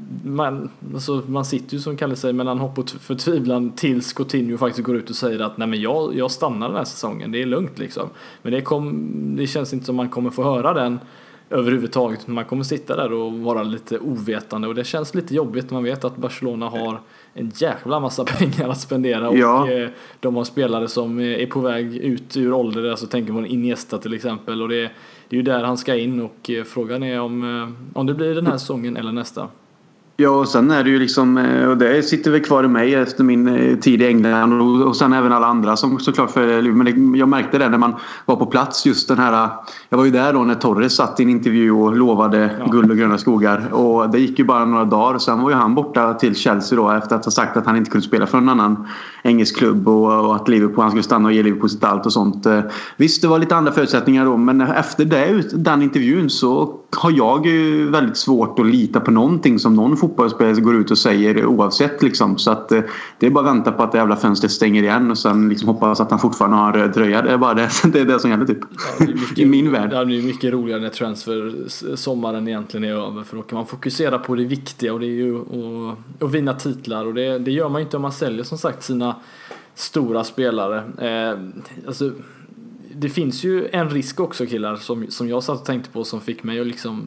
man sitter ju, som Kalle säger, mellan hopp och förtvivlan, tills Coutinho faktiskt går ut och säger att nej, men jag stannar den här säsongen, det är lugnt liksom. Men det känns inte som man kommer få höra den överhuvudtaget. Man kommer sitta där och vara lite ovetande, och det känns lite jobbigt. Man vet att Barcelona har en jävla massa pengar att spendera, och de har spelare som är på väg ut ur ålder, alltså tänker man Iniesta till exempel, och det är ju där han ska in, och frågan är om det blir den här säsongen eller nästa. Ja, och sen är det ju liksom, och det sitter väl kvar i mig efter min tid i England, och sen även alla andra som såklart men jag märkte det när man var på plats, just den här, jag var ju där då när Torres satt i en intervju och lovade guld och gröna skogar, och det gick ju bara några dagar, och sen var ju han borta till Chelsea då efter att ha sagt att han inte kunde spela för en annan engelsk klubb, och att Liverpool, han skulle stanna och ge Liverpool sitt allt och sånt. Visst, det var lite andra förutsättningar då, men efter den intervjun så har jag ju väldigt svårt att lita på någonting som någon fotbollsspelare går ut och säger, oavsett liksom. Så att det är bara att vänta på att det jävla fönstret stänger igen, och sen liksom hoppas att han fortfarande har en dröja. Det är bara det är det som gäller typ. Ja, mycket, i min värld. Ja, det är mycket roligare när sommaren egentligen är över, för då kan man fokusera på det viktiga, och det är ju att vinna titlar, och det gör man ju inte om man säljer, som sagt, sina stora spelare. Alltså, det finns ju en risk också, killar, som jag satt och tänkte på, som fick mig att liksom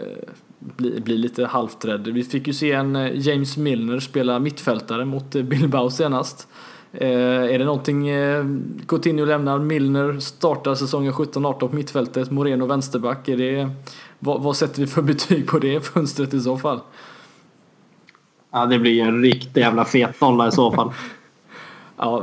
bli lite halvt rädd. Vi fick ju se en James Milner spela mittfältare mot Bilbao senast. Är det någonting, Coutinho lämnar, Milner startar säsongen 17-18 på mittfältet, Moreno vänsterback, är det, vad sätter vi för betyg på det fönstret i så fall? Ja, det blir en riktig jävla fet nolla i så fall. Ja,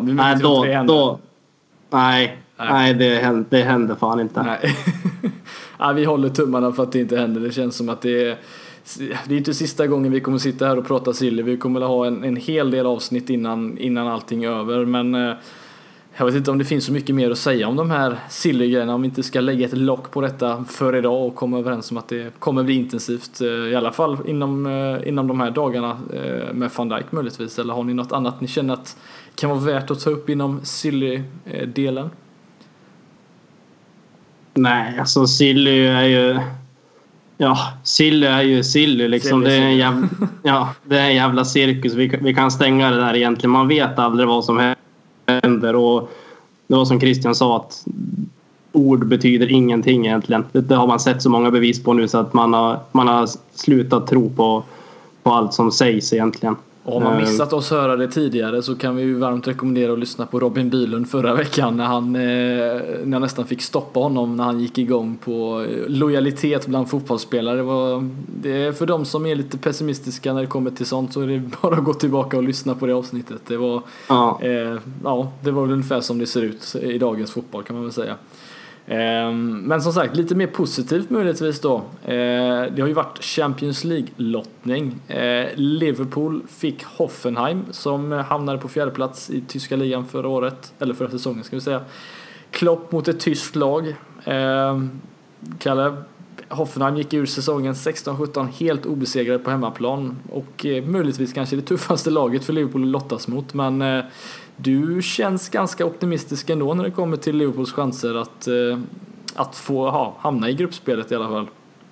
nej, det händer fan inte. Nej. Ja, vi håller tummarna för att det inte händer. Det känns som att det är inte sista gången vi kommer sitta här och prata silly. Vi kommer att ha en hel del avsnitt innan allting är över. Men jag vet inte om det finns så mycket mer att säga om de här silly-grejerna. Om vi inte ska lägga ett lock på detta för idag och komma överens om att det kommer bli intensivt. I alla fall inom de här dagarna med Van Dijk möjligtvis. Eller har ni något annat ni känner att kan vara värt att ta upp inom silly-delen? Nej, alltså silly är ju... Ja, silly är ju silly liksom. Det är en jävla cirkus. Vi kan stänga det där egentligen. Man vet aldrig vad som händer. Och det var som Christian sa, att ord betyder ingenting egentligen. Det har man sett så många bevis på nu så att man har slutat tro på allt som sägs egentligen. Och om man missat oss höra det tidigare så kan vi ju varmt rekommendera att lyssna på Robin Bylund förra veckan när jag nästan fick stoppa honom när han gick igång på lojalitet bland fotbollsspelare. Det är för de som är lite pessimistiska när det kommer till sånt, så är det bara att gå tillbaka och lyssna på det avsnittet. Det var det var väl ungefär som det ser ut i dagens fotboll, kan man väl säga. Men som sagt, lite mer positivt möjligtvis då. Det har ju varit Champions League-lottning. Liverpool fick Hoffenheim som hamnade på 4:e plats i tyska ligan förra säsongen ska vi säga. Klopp mot ett tyskt lag. Kalle, Hoffenheim gick ur säsongen 16-17 helt obesegrade på hemmaplan och möjligtvis kanske det tuffaste laget för Liverpool att lottas mot, men du känns ganska optimistisk ändå när det kommer till Liverpools chanser att få hamna i gruppspelet i alla fall.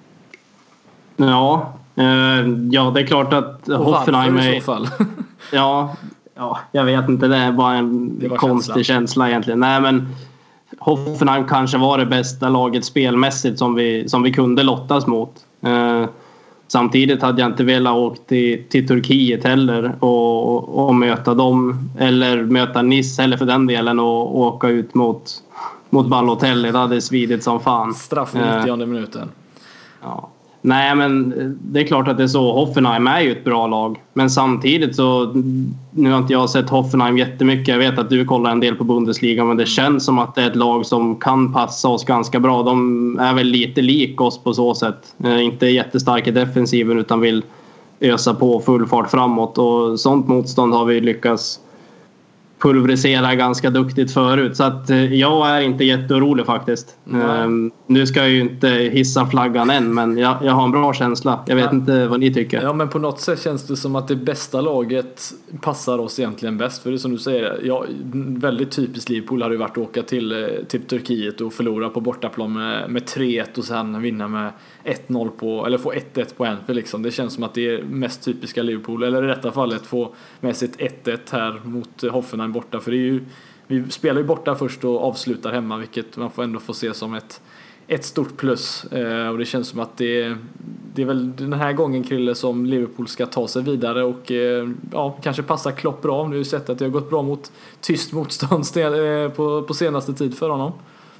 Ja, det är klart att Hoffenheim är i så fall. ja, jag vet inte, det är bara en konstig känsla egentligen. Nej, men Hoffenheim kanske var det bästa laget spelmässigt som vi kunde lottas mot. Samtidigt hade jag inte velat åka till Turkiet heller och möta dem, eller möta Nice eller för den delen, och åka ut mot Balotelli. Det hade svidit som fan. Straff i 90:e minuten. Ja. Nej, men det är klart att det är så. Hoffenheim är ju ett bra lag. Men samtidigt så... Nu har inte jag sett Hoffenheim jättemycket. Jag vet att du kollar en del på Bundesliga. Men det känns som att det är ett lag som kan passa oss ganska bra. De är väl lite lik oss på så sätt. Inte jättestarka i defensiven utan vill ösa på full fart framåt. Och sånt motstånd har vi lyckats pulverisera ganska duktigt förut. Så att jag är inte jätteorolig faktiskt. Nu ska jag ju inte hissa flaggan än, men jag har en bra känsla. Jag vet inte vad ni tycker. Ja, men på något sätt känns det som att det bästa laget passar oss egentligen bäst. För det är som du säger, väldigt typiskt Liverpool hade ju varit att åka till Turkiet och förlora på bortaplan med 3-1 och sen vinna med 1-0 på, eller få 1-1 på Anfield liksom. Det känns som att det är mest typiska Liverpool, eller i detta fallet få med sig ett 1-1 här mot Hoffenheim borta, för det är ju, vi spelar ju borta först och avslutar hemma, vilket man får ändå få se som ett stort plus. Och det känns som att det är väl den här gången, Krille, som Liverpool ska ta sig vidare och kanske passa Klopp bra. Nu har ju sett att det har gått bra mot tyst motstånd på senaste tid för honom.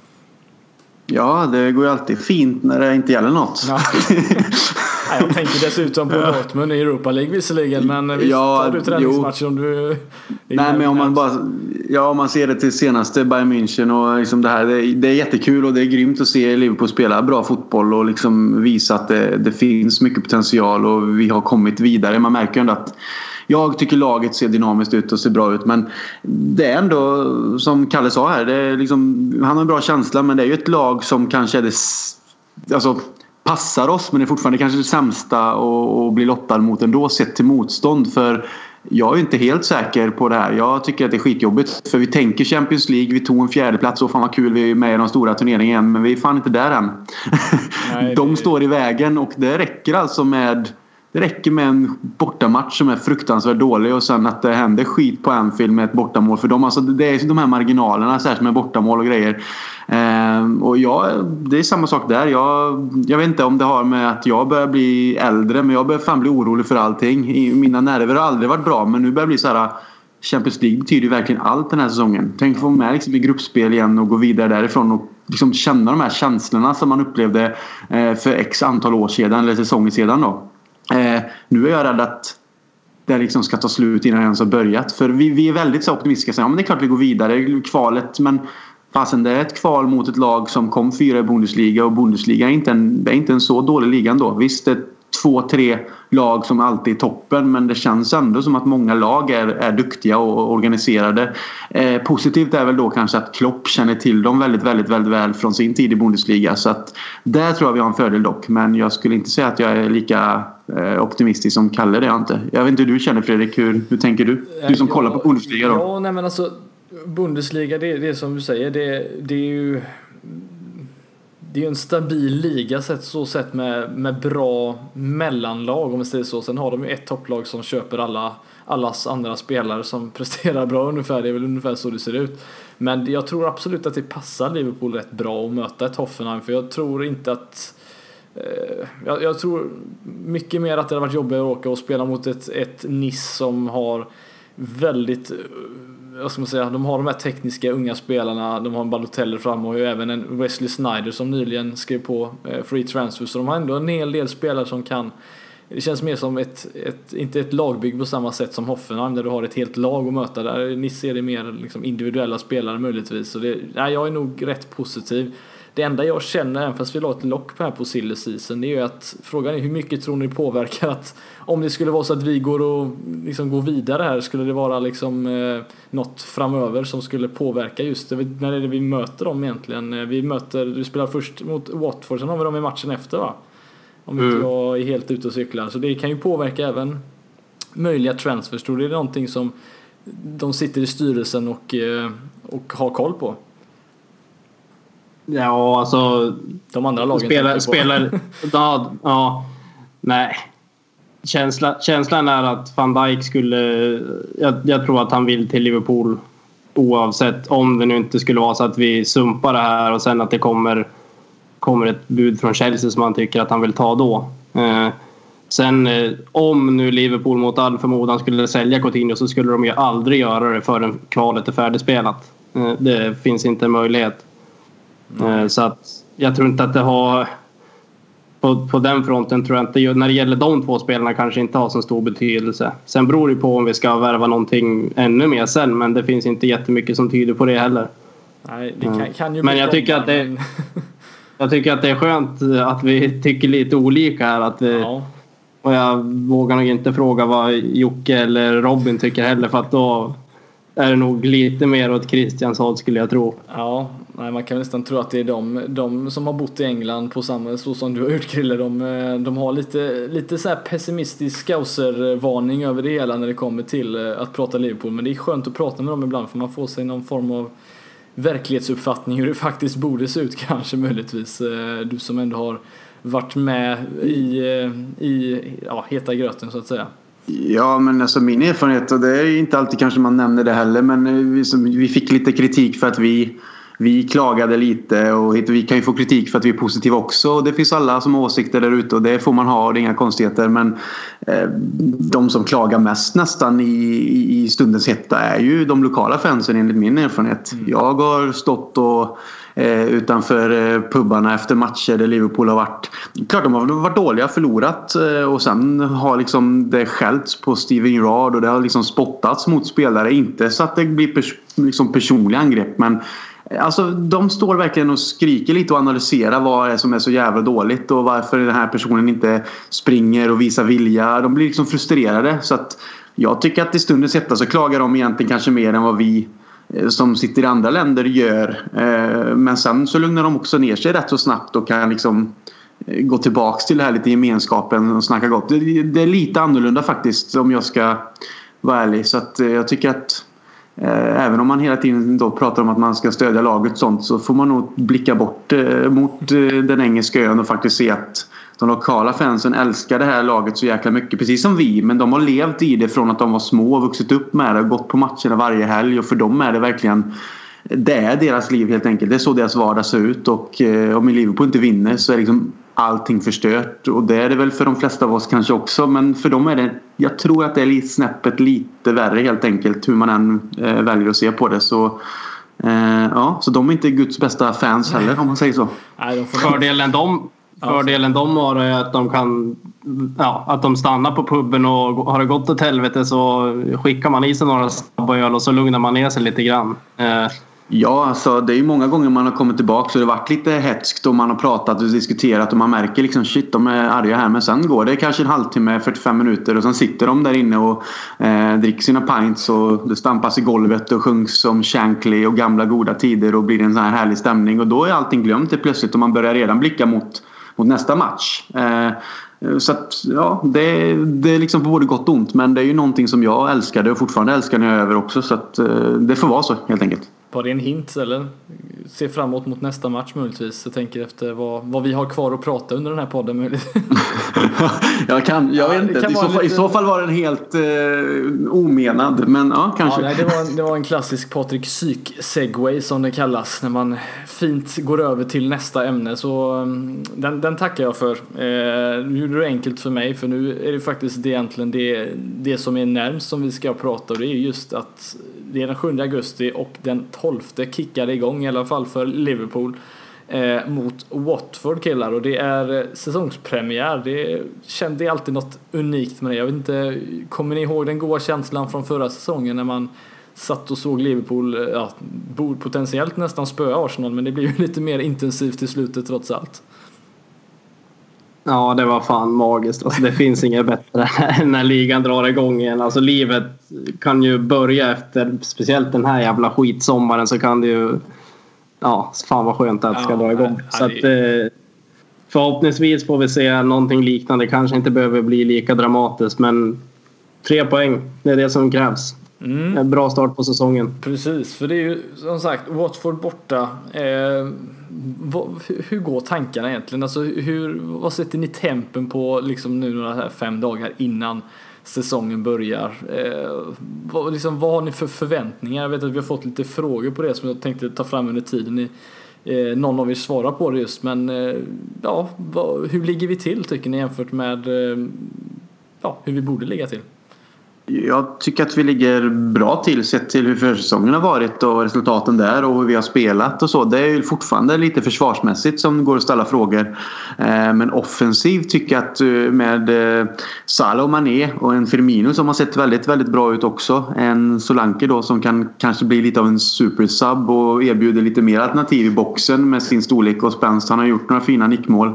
Ja, det går ju alltid fint när det inte gäller något. Ja. Jag tänker dessutom på Dortmund i Europa League visserligen, men visst har du träningsmatcher om du... Nej, men om man ser det till senaste Bayern München och liksom det här, det är jättekul och det är grymt att se Liverpool spela bra fotboll och liksom visa att det finns mycket potential och vi har kommit vidare. Man märker ändå att jag tycker laget ser dynamiskt ut och ser bra ut, men det är ändå, som Kalle sa här, det är liksom, han har en bra känsla, men det är ju ett lag som kanske är passar oss, men det är fortfarande kanske det sämsta och bli lottad mot ändå sett till motstånd. För jag är inte helt säker på det här. Jag tycker att det är skitjobbigt, för vi tänker Champions League, vi tog en 4:e plats och fan vad kul, vi är med i de stora turneringen, men vi är fan inte där än. Nej, de står i vägen och det räcker med en bortamatch som är fruktansvärt dålig och sen att det händer skit på Anfield med ett bortamål för dem. Alltså det är de här marginalerna, särskilt med bortamål och grejer. Och det är samma sak där. Jag vet inte om det har med att jag börjar bli äldre, men jag börjar fan bli orolig för allting. Mina nerver har aldrig varit bra, men nu börjar jag bli så här, Champions League betyder ju verkligen allt den här säsongen. Tänk att få med liksom i gruppspel igen och gå vidare därifrån och liksom känna de här känslorna som man upplevde för x antal år sedan eller säsonger sedan då. Nu är jag rädd att det liksom ska ta slut innan det ens har börjat. För vi är väldigt så optimistiska. Ja, men det är klart vi går vidare. Kvalet, men fasen, det är ett kval mot ett lag som kom 4 i Bundesliga. Och Bundesliga är inte en så dålig liga ändå. Visst, det är 2-3 lag som alltid är toppen. Men det känns ändå som att många lag är duktiga och organiserade. Positivt är väl då kanske att Klopp känner till dem väldigt, väldigt, väldigt väl från sin tid i Bundesliga. Så att där tror jag vi har en fördel dock. Men jag skulle inte säga att jag är lika optimistisk som Kalle, det är jag inte. Jag vet inte hur du känner, Fredrik. Hur tänker du? Du som kollar på Bundesliga då. Ja, nej men alltså Bundesliga, det är som du säger, det är ju en stabil liga sett med bra mellanlag, om man säger så. Sen har de ju ett topplag som köper allas andra spelare som presterar bra ungefär. Det är väl ungefär så det ser ut. Men jag tror absolut att det passar Liverpool rätt bra att möta ett Hoffenheim, för jag tror inte att jag tror mycket mer att det har varit jobbigt att åka och spela mot ett Nice som har väldigt, vad ska man säga, de har de här tekniska unga spelarna, de har en Balotelli fram och även en Wesley Sneijder som nyligen skrev på free transfer, så de har ändå en hel del spelare som kan, det känns mer som inte ett lagbygge på samma sätt som Hoffenheim där du har ett helt lag att möta. Där ni ser det mer liksom individuella spelare möjligtvis, så jag är nog rätt positiv. Det enda jag känner, även fast vi la ett lock på här på silly season, det är ju att frågan är hur mycket tror ni påverkar att om det skulle vara så att vi går vidare här, skulle det vara liksom något framöver som skulle påverka just det, när är det vi möter dem egentligen? Du spelar först mot Watford, sen har vi dem i matchen efter, va? Om inte jag är helt ute och cyklar, så det kan ju påverka även möjliga transfers. Tror du det är någonting som de sitter i styrelsen och har koll på? Ja, alltså de andra lagen spelar nej. Känslan är att Van Dijk skulle, jag tror att han vill till Liverpool oavsett, om det nu inte skulle vara så att vi sumpar det här och sen att det kommer ett bud från Chelsea som han tycker att han vill ta då. Sen om nu Liverpool mot all förmodan skulle sälja Coutinho, så skulle de ju aldrig göra det förrän kvalet är färdigspelat. Det finns inte en möjlighet. Så att jag tror inte att det har på den fronten, tror jag inte, när det gäller de två spelarna kanske inte har så stor betydelse. Sen beror det på om vi ska värva någonting ännu mer sen, men det finns inte jättemycket som tyder på det heller. Nej, det kan ju, men jag tycker att jag tycker att det är skönt att vi tycker lite olika här, och jag vågar nog inte fråga vad Jocke eller Robin tycker heller, för att då är det nog lite mer åt Christians håll, skulle jag tro. Ja, nej, man kan nästan tro att det är de som har bott i England på samma så som du har gjort, Krille. De har lite så här pessimistisk scouser-varning över det hela när det kommer till att prata Liverpool. Men det är skönt att prata med dem ibland, för man får sig någon form av verklighetsuppfattning hur det faktiskt borde se ut, kanske möjligtvis. Du som ändå har varit med i heta gröten, så att säga. Ja, men alltså min erfarenhet, och det är inte alltid kanske man nämner det heller, men vi fick lite kritik för att vi klagade lite, och vi kan ju få kritik för att vi är positiva också. Det finns alla som har åsikter där ute, och det får man ha, det är inga konstigheter. Men de som klagar mest nästan i stundens hetta är ju de lokala fansen, enligt min erfarenhet. Jag har stått och utanför pubbarna efter matcher där Liverpool har varit, klart de har varit dåliga, förlorat, och sen har liksom det skällts på Steven Gerrard och det har liksom spottats mot spelare, inte så att det blir liksom personliga angrepp, men alltså de står verkligen och skriker lite och analyserar vad det är som är så jävla dåligt och varför den här personen inte springer och visar vilja. De blir liksom frustrerade, så att jag tycker att i stundens hetta så klagar de egentligen kanske mer än vad vi som sitter i andra länder gör, men sen så lugnar de också ner sig rätt så snabbt och kan liksom gå tillbaks till det här lite gemenskapen och snacka gott. Det är lite annorlunda faktiskt, om jag ska vara ärlig, så att jag tycker att även om man hela tiden då pratar om att man ska stödja laget och sånt, så får man nog blicka bort mot den engelska ön och faktiskt se att de lokala fansen älskar det här laget så jäkla mycket, precis som vi, men de har levt i det från att de var små och vuxit upp med det och gått på matcherna varje helg, och för dem är det verkligen, det är deras liv helt enkelt. Det är så deras vardag ser ut, och om Liverpool inte vinner så är liksom allting förstört. Och det är det väl för de flesta av oss kanske också. Men för dem är det, jag tror att det är snäppet lite värre helt enkelt. Hur man än väljer att se på det. Så så de är inte Guds bästa fans heller, om man säger så. Nej, Fördelen de har är att de kan att de stannar på puben, och har det gått åt helvete så skickar man i sig några snabba öl och så lugnar man ner sig lite grann. Ja, alltså det är ju många gånger man har kommit tillbaka så det har varit lite hetskt och man har pratat och diskuterat och man märker liksom shit, de är arga här, men sen går det kanske en halvtimme, 45 minuter och sen sitter de där inne och dricker sina pints och det stampas i golvet och sjungs om Shankly och gamla goda tider och blir en sån här härlig stämning, och då är allting glömt det plötsligt och man börjar redan blicka mot nästa match. Så att det är liksom på både gott och ont, men det är ju någonting som jag älskade och fortfarande älskar när jag är över också, så att det får vara så helt enkelt. Var det en hint eller? Se framåt mot nästa match möjligtvis. Jag tänker efter vad vi har kvar att prata under den här podden möjligt. jag vet inte. I så fall var den helt omenad. Men kanske. Nej, det var en klassisk Patrik Syk-segway som det kallas. När man fint går över till nästa ämne. Så den tackar jag för. Nu gjorde det enkelt för mig. För nu är det faktiskt egentligen det som är närmst som vi ska prata. Och det är just att det är den 7 augusti och den 12 kickar igång i alla fall för Liverpool mot Watford, killar, och det är säsongspremiär. Det är alltid något unikt med det. Jag vet inte, kommer ni ihåg den goda känslan från förra säsongen när man satt och såg Liverpool potentiellt nästan spöa Arsenal, men det blev ju lite mer intensivt i slutet trots allt. Ja, det var fan magiskt. Alltså, det finns inget bättre när ligan drar igång igen. Alltså, livet kan ju börja efter, speciellt den här jävla skitsommaren, så kan det ju, fan vad skönt att det ska dra igång. Så att, förhoppningsvis får vi se någonting liknande. Kanske inte behöver bli lika dramatiskt, men 3 poäng, det är det som krävs. En bra start på säsongen. Precis, för det är ju som sagt Watford borta. Hur går tankarna egentligen? Alltså, vad sätter ni tempen på liksom nu några här 5 dagar innan säsongen börjar? Vad har ni för förväntningar? Jag vet att vi har fått lite frågor på det som jag tänkte ta fram under tiden. Någon av er svarar på det just, men hur ligger vi till tycker ni jämfört med hur vi borde ligga till? Jag tycker att vi ligger bra till sett till hur försäsongen har varit och resultaten där och hur vi har spelat och så. Det är ju fortfarande lite försvarsmässigt som går att ställa frågor. Men offensivt tycker jag att med Salah och Mané och en Firmino som har sett väldigt, väldigt bra ut också. En Solanke då som kan kanske bli lite av en supersub och erbjuder lite mer alternativ i boxen med sin storlek och spänst. Han har gjort några fina nickmål.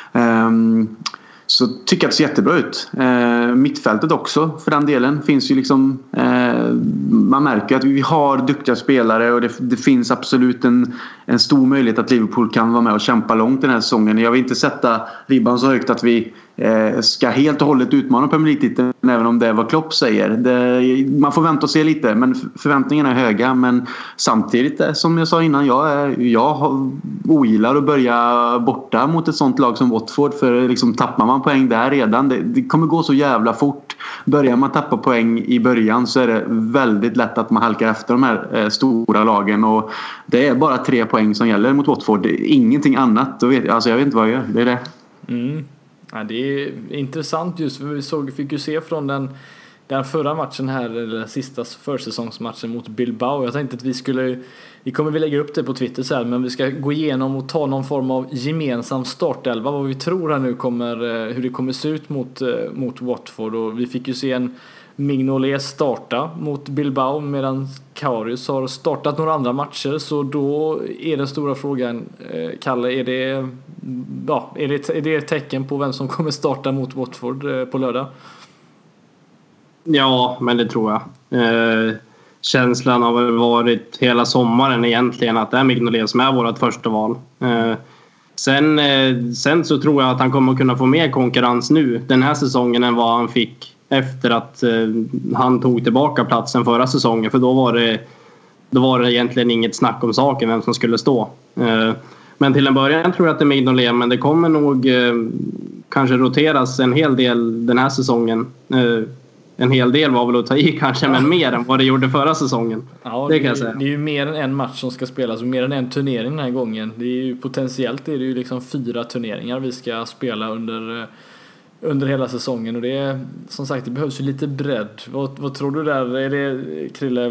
Så tycker jag att det ser jättebra ut. Mittfältet också för den delen finns ju liksom man märker att vi har duktiga spelare och det finns absolut en stor möjlighet att Liverpool kan vara med och kämpa långt den här säsongen. Jag vill inte sätta ribban så högt att vi ska helt och hållet utmana Premier League-titeln, även om det är vad Klopp säger. Man får vänta och se lite, men förväntningarna är höga. Men samtidigt, som jag sa innan, jag ogillar att börja borta mot ett sånt lag som Watford, för liksom tappar man poäng där redan, det kommer gå så jävla fort. Börjar man tappa poäng i början så är det väldigt lätt att man halkar efter de här stora lagen, och det är bara 3 poäng som gäller mot Watford, ingenting annat. Jag vet inte vad jag gör, det är det. Ja, det är intressant just för vi fick ju se från den förra matchen här, eller den sista försäsongsmatchen mot Bilbao. Jag tänkte att vi kommer lägga upp det på Twitter så här, men vi ska gå igenom och ta någon form av gemensam startelva, vad vi tror här nu hur det kommer se ut mot Watford. Och vi fick ju se en Mignolet starta mot Bilbao, medan Karius har startat några andra matcher. Så då är den stora frågan, Kalle, är det ett tecken på vem som kommer starta mot Watford på lördag? Ja, men det tror jag. Känslan har varit hela sommaren egentligen att det är Mignolet som är vårt första val. Sen så tror jag att han kommer kunna få mer konkurrens nu den här säsongen än vad han fick efter att han tog tillbaka platsen förra säsongen, för då var det egentligen inget snack om saken vem som skulle stå. Men till en början tror jag att det är Mignolet, men det kommer nog kanske roteras en hel del den här säsongen. en hel del var väl att ta i kanske, men mer än vad det gjorde förra säsongen. Ja, det kan jag säga. Det är ju mer än en match som ska spelas och mer än en turnering den här gången. Det är ju potentiellt är det ju liksom 4 turneringar vi ska spela under hela säsongen, och det är som sagt, det behövs ju lite bredd. Vad tror du där? Är det, Krille,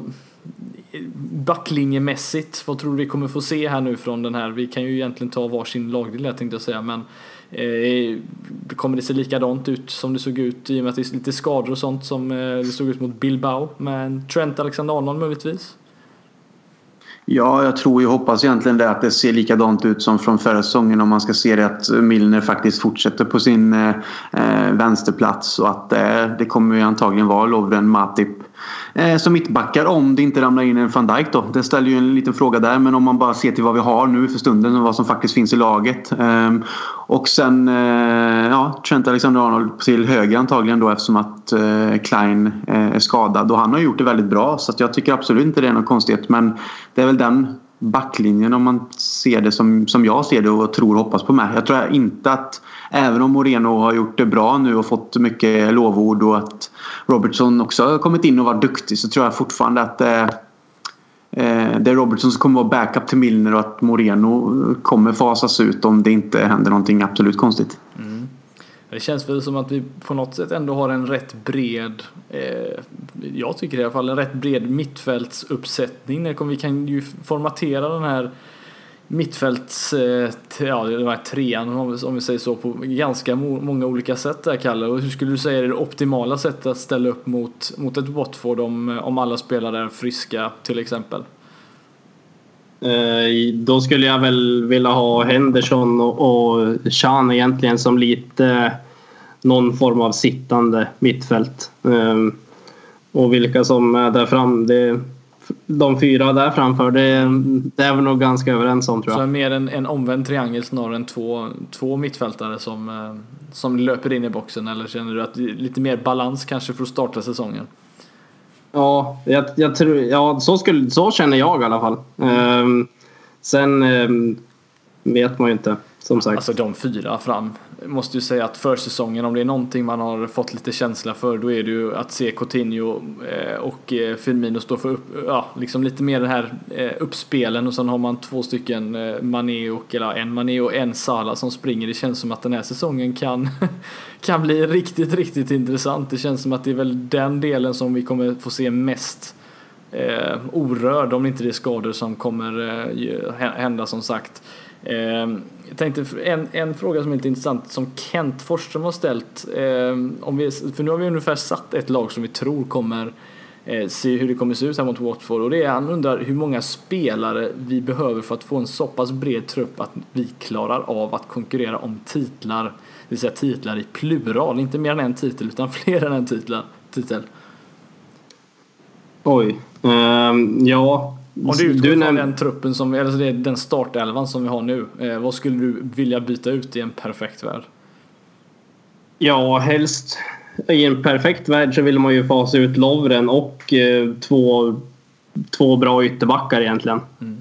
backlinjemässigt, vad tror du vi kommer få se här nu från den här? Vi kan ju egentligen ta varsin lagdel, jag tänkte säga, men kommer det se likadant ut som det såg ut i och med att det är lite skador och sånt som det såg ut mot Bilbao, men Trent Alexander-Arnold möjligtvis? Ja, jag tror och hoppas egentligen det, att det ser likadant ut som från förra säsongen, om man ska se det, att Milner faktiskt fortsätter på sin vänsterplats, och att det kommer ju antagligen vara Lovren, Matip som mittbackar, om det inte ramlar in en Van Dijk då. Det ställer ju en liten fråga där, men om man bara ser till vad vi har nu för stunden och vad som faktiskt finns i laget. Och sen Trent Alexander-Arnold till höger antagligen då, eftersom att Klein är skadad, och han har gjort det väldigt bra, så att jag tycker absolut inte det är något konstigt, men det är väl den backlinjen om man ser det som jag ser det och tror och hoppas på mig. Jag tror inte att, även om Moreno har gjort det bra nu och fått mycket lovord och att Robertson också har kommit in och varit duktig, så tror jag fortfarande att det är Robertson som kommer vara backup till Milner och att Moreno kommer fasas ut om det inte händer någonting absolut konstigt. Mm. Det känns väl som att vi på något sätt ändå har en rätt bred, jag tycker i alla fall en rätt bred mittfältsuppsättning. Vi kan ju formatera den här mittfälts, den här trean om vi säger så, på ganska många olika sätt där, Kalle. Och hur skulle du säga är det optimala sättet att ställa upp mot ett Watford om alla spelare är friska till exempel? Då skulle jag väl vilja ha Henderson och Chan egentligen som lite någon form av sittande mittfält. Och vilka som är där fram, de 4 där framför, det är väl nog ganska överens om, tror jag. Så mer en omvänd triangel snarare än två mittfältare som löper in i boxen, eller känner du att lite mer balans kanske för att starta säsongen? Ja, jag tror, så känner jag i alla fall. Sen vet man ju inte, som sagt. Alltså de 4 fram, måste ju säga att för säsongen, om det är någonting man har fått lite känsla för, då är det ju att se Coutinho och Firmino stå för liksom lite mer den här uppspelen, och sen har man 2 stycken en Mané och en Salah som springer. Det känns som att den här säsongen kan bli riktigt, riktigt intressant. Det känns som att det är väl den delen som vi kommer få se mest orörd, om det inte är skador som kommer hända, som sagt. Jag tänkte en fråga som är lite intressant, som Kent Forsström har ställt, för nu har vi ungefär satt ett lag som vi tror kommer se hur det kommer se ut här mot Watford, och det är, han undrar hur många spelare vi behöver för att få en så pass bred trupp att vi klarar av att konkurrera om titlar, det vill säga titlar i plural, inte mer än en titel utan fler än en titel. Oj, ja. Om du utgår från den truppen eller det är den startelvan som vi har nu, vad skulle du vilja byta ut i en perfekt värld? Ja, helst i en perfekt värld så vill man ju fasa ut Lovren och två bra ytterbackar egentligen.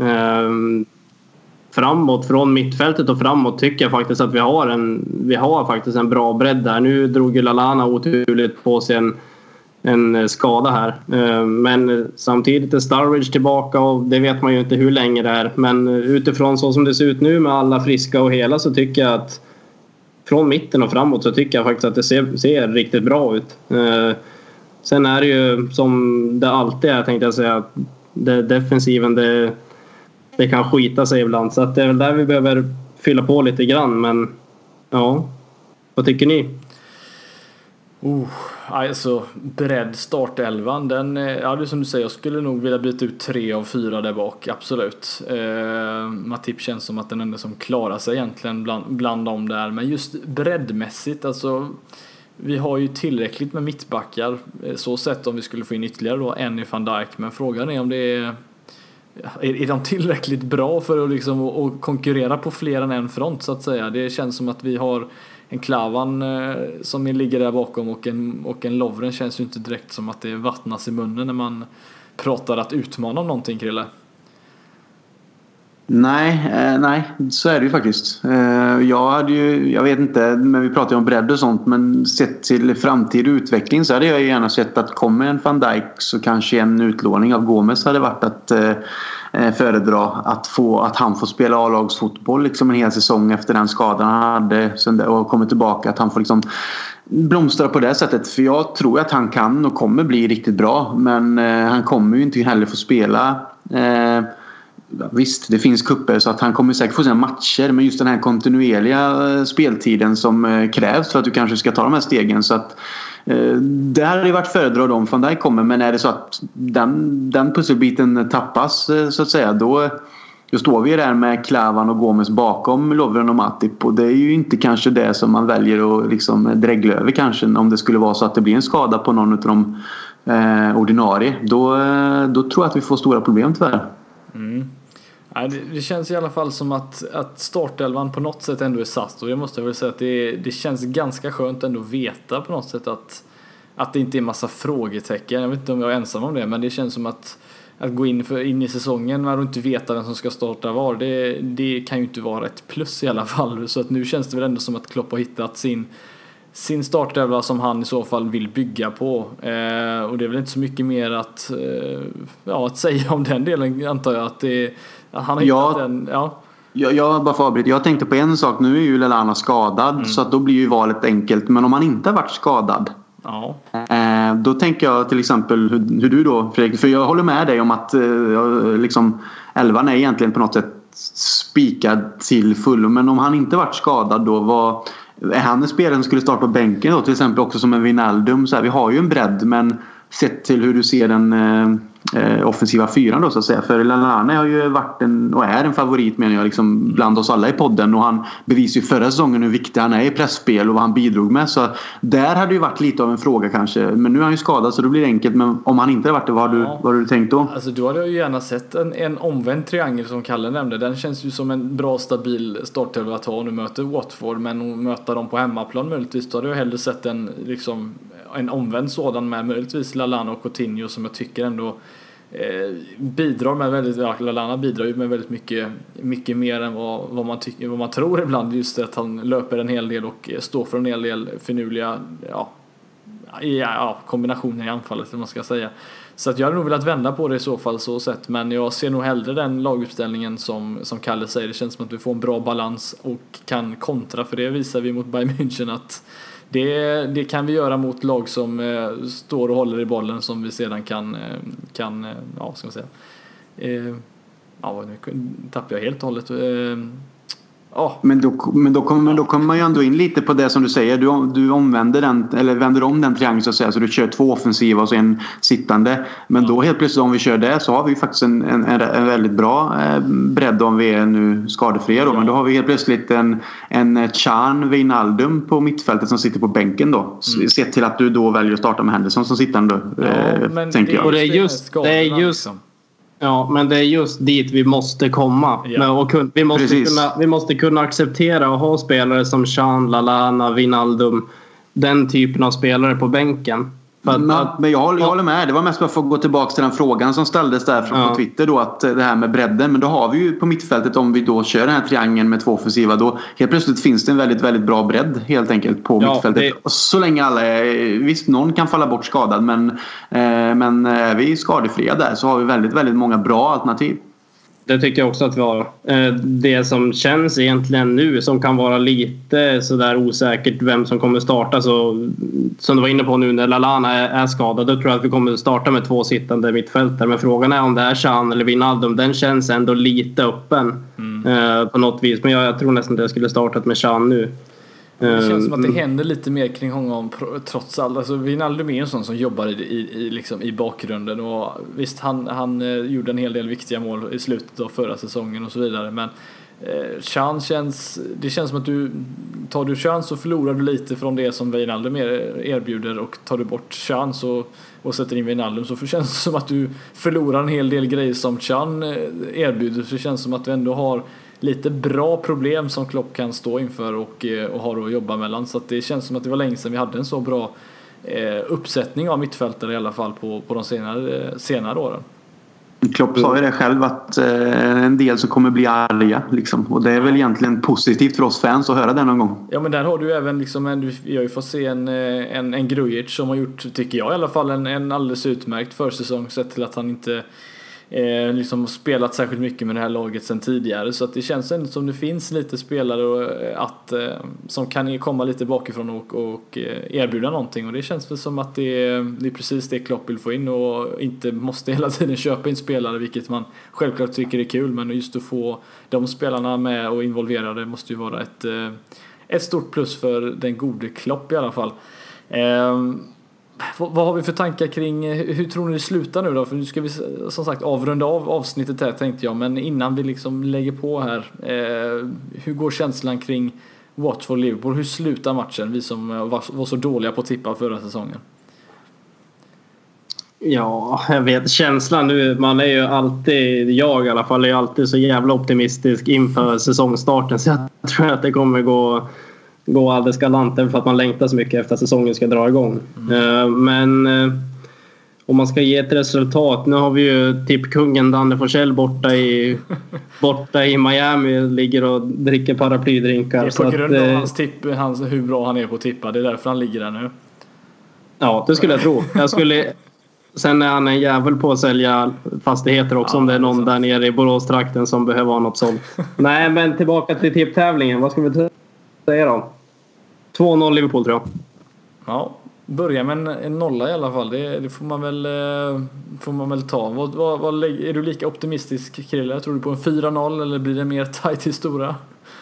Framåt, från mittfältet och framåt, tycker jag faktiskt att vi har faktiskt en bra bredd där. Nu drog ju Lallana oturligt på sig en skada här. Men samtidigt är Sturridge tillbaka, och det vet man ju inte hur länge det är. Men utifrån så som det ser ut nu med alla friska och hela, så tycker jag att från mitten och framåt så tycker jag faktiskt att det ser riktigt bra ut. Sen är det ju som det alltid är, tänkte jag säga, defensiven det kan skita sig ibland. Så att det är väl där vi behöver fylla på lite grann. Men ja, vad tycker ni? Alltså bredd startelvan, det är som du säger, jag skulle nog vilja byta ut 3 av 4 där bak, absolut. Matip känns som att den enda som klarar sig egentligen bland dem där, men just breddmässigt, alltså vi har ju tillräckligt med mittbackar, så sett om vi skulle få in ytterligare då en i Van Dijk, men frågan är om det är de tillräckligt bra för att liksom att konkurrera på fler än en front, så att säga. Det känns som att vi har en Klavan som ligger där bakom, och en Lovren känns ju inte direkt som att det vattnas i munnen när man pratar att utmana om någonting, Krille. Nej, så är det ju faktiskt. Jag vet inte, men vi pratar ju om bredd och sånt, men sett till framtid och utveckling så hade jag gärna sett att kommer en Van Dijk så kanske en utlåning av Gomes hade varit att föredra att han får spela A-lagsfotboll liksom en hel säsong efter den skadan han hade och kommer tillbaka, att han får liksom blomstra på det sättet, för jag tror att han kan och kommer bli riktigt bra, men han kommer ju inte heller få spela. Visst, det finns kupper så att han kommer säkert få sina matcher, men just den här kontinuerliga speltiden som krävs för att du kanske ska ta de här stegen, så att det hade ju varit föredra om Van Dijk kommer, men är det så att den pusselbiten tappas så att säga, då står vi där med Klavan och Gomes bakom Lovren och Matip, och det är ju inte kanske det som man väljer att liksom drägla över kanske, om det skulle vara så att det blir en skada på någon av de ordinarie, då tror jag att vi får stora problem tyvärr. Ja, det känns i alla fall som att startelvan på något sätt ändå är satt, och jag måste väl säga att det känns ganska skönt ändå att veta på något sätt att det inte är massa frågetecken. Jag vet inte om jag är ensam om det, men det känns som att gå in i säsongen när du inte vet vem som ska starta var, det kan ju inte vara ett plus i alla fall. Så att nu känns det väl ändå som att Klopp har hittat sin startelva som han i så fall vill bygga på, och det är väl inte så mycket mer att säga om den delen, antar jag, att han har hittat den. Jag bara får avbryta. Jag tänkte på en sak. Nu är ju Lallana skadad, så att då blir ju valet enkelt. Men om han inte har varit skadad, då tänker jag till exempel hur du då, Fredrik, för jag håller med dig om att liksom, elvan är egentligen på något sätt spikad till full. Men om han inte varit skadad, då är han en spelare som skulle starta på bänken då, till exempel också som en Wijnaldum. Så här, vi har ju en bredd, men sett till hur du ser den offensiva fyran då så att säga, för Lallana har ju varit och är en favorit, menar jag, liksom bland oss alla i podden, och han bevisade ju förra säsongen hur viktig han är i pressspel och vad han bidrog med, så där hade ju varit lite av en fråga kanske, men nu är han ju skadad så då blir det enkelt. Men om han inte varit det, vad har du tänkt då? Alltså då hade jag ju gärna sett en omvänd triangel som Kalle nämnde. Den känns ju som en bra stabil startelva att ha. Nu möter Watford, men att möta dem på hemmaplan möjligtvis, då hade jag hellre sett en omvänd sådan med möjligtvis Lallana och Coutinho, som jag tycker ändå bidrar med väldigt, Lallana bidrar ju med väldigt mycket mer än vad man tror ibland, just att han löper en hel del och står för en hel del finurliga kombinationer i anfallet, som man ska säga. Så att jag hade nog velat vända på det i så fall, så sett, men jag ser nog hellre den laguppställningen som Kalle säger. Det känns som att vi får en bra balans och kan kontra, för det visar vi mot Bayern München att det kan vi göra mot lag som står och håller i bollen, som vi sedan kan ska man säga. Nu tappar jag helt och hållet. Men då kommer man ju ändå in lite på det som du säger. Du omvänder den, eller vänder om den triangeln så att säga, så du kör 2 offensiva och så en sittande. Men då helt plötsligt, om vi kör det, så har vi faktiskt en väldigt bra bredd om vi är nu skadefria då. Men då har vi helt plötsligt en Can Wijnaldum på mittfältet som sitter på bänken då. Sett till att du då väljer att starta med Henderson som sittande, tänker jag. Och det är just ja, men det är just dit vi måste komma. Ja. Vi måste kunna acceptera och ha spelare som Can, Lallana, Wijnaldum, den typen av spelare på bänken. Men jag håller med. Det var mest för att få gå tillbaka till den frågan som ställdes där på Twitter då, att det här med bredden. Men då har vi ju på mittfältet, om vi då kör den här triangeln med 2 offensiva, då helt plötsligt finns det en väldigt, väldigt bra bredd helt enkelt på mittfältet. Och så länge alla visst, någon kan falla bort skadad, men är vi skadefria där, så har vi väldigt, väldigt många bra alternativ. Det tycker jag också att vi har. Det som känns egentligen nu, som kan vara lite sådär osäkert vem som kommer starta, så som du var inne på nu, när Lallana är skadad, då tror jag att vi kommer starta med 2 sittande mittfältare. Men frågan är om det är Can eller Wijnaldum. Den känns ändå lite öppen på något vis. Men jag tror nästan att jag skulle startat med Can nu. Det känns som att det händer lite mer kring honom trots allt. Alltså, Wijnaldum är en sån som jobbar i bakgrunden, och visst, han gjorde en hel del viktiga mål i slutet av förra säsongen och så vidare, men det känns som att tar du chans så förlorar du lite från det som Wijnaldum erbjuder, och tar du bort chans och sätter in Wijnaldum, så känns det som att du förlorar en hel del grejer som Can erbjuder. Så det känns som att du ändå har lite bra problem som Klopp kan stå inför och har att jobba mellan. Så att det känns som att det var länge sedan vi hade en så bra uppsättning av mittfältare, i alla fall på de senare åren. Klopp sa ju det själv att en del som kommer bli arga liksom. Och det är väl egentligen positivt för oss fans att höra det någon gång. Ja, men där har du även liksom vi har ju fått se en Grujic som har gjort, tycker jag i alla fall, en alldeles utmärkt försäsong, sett till att han inte liksom spelat särskilt mycket med det här laget sedan tidigare, så att det känns ändå som det finns lite spelare som kan komma lite bakifrån och erbjuda någonting, och det känns väl som att det är precis det Klopp vill få in och inte måste hela tiden köpa in spelare, vilket man självklart tycker är kul, men just att få de spelarna med och involverade måste ju vara ett stort plus för den gode Klopp i alla fall. Vad har vi för tankar kring hur tror ni det slutar nu då? För nu ska vi som sagt avrunda av avsnittet här, tänkte jag, men innan vi liksom lägger på här, hur går känslan kring Watford Liverpool? Hur slutar matchen, vi som var så dåliga på att tippa förra säsongen? Ja, jag vet känslan nu, man är ju alltid, jag i alla fall är alltid så jävla optimistisk inför säsongstarten, så jag tror att det kommer gå alldeles galant, för att man längtar så mycket efter att säsongen ska dra igång. Men om man ska ge ett resultat, nu har vi ju tippkungen Danne Forsell borta i Miami, ligger och dricker paraplydrinkar. Det är på grund av hans tipp, hur bra han är på att tippa, det är därför han ligger där nu. Ja, det skulle jag tro. Sen är han en jävel på att sälja fastigheter också, om det är någon där nere i Boråstrakten som behöver ha något sånt. Nej, men tillbaka till tipptävlingen. Vad ska vi säga då? 2-0 Liverpool, tror jag. Ja, börja med en nolla i alla fall. Det får man väl ta. Är du lika optimistisk, Krille? Tror du på en 4-0 eller blir det mer tight i stora?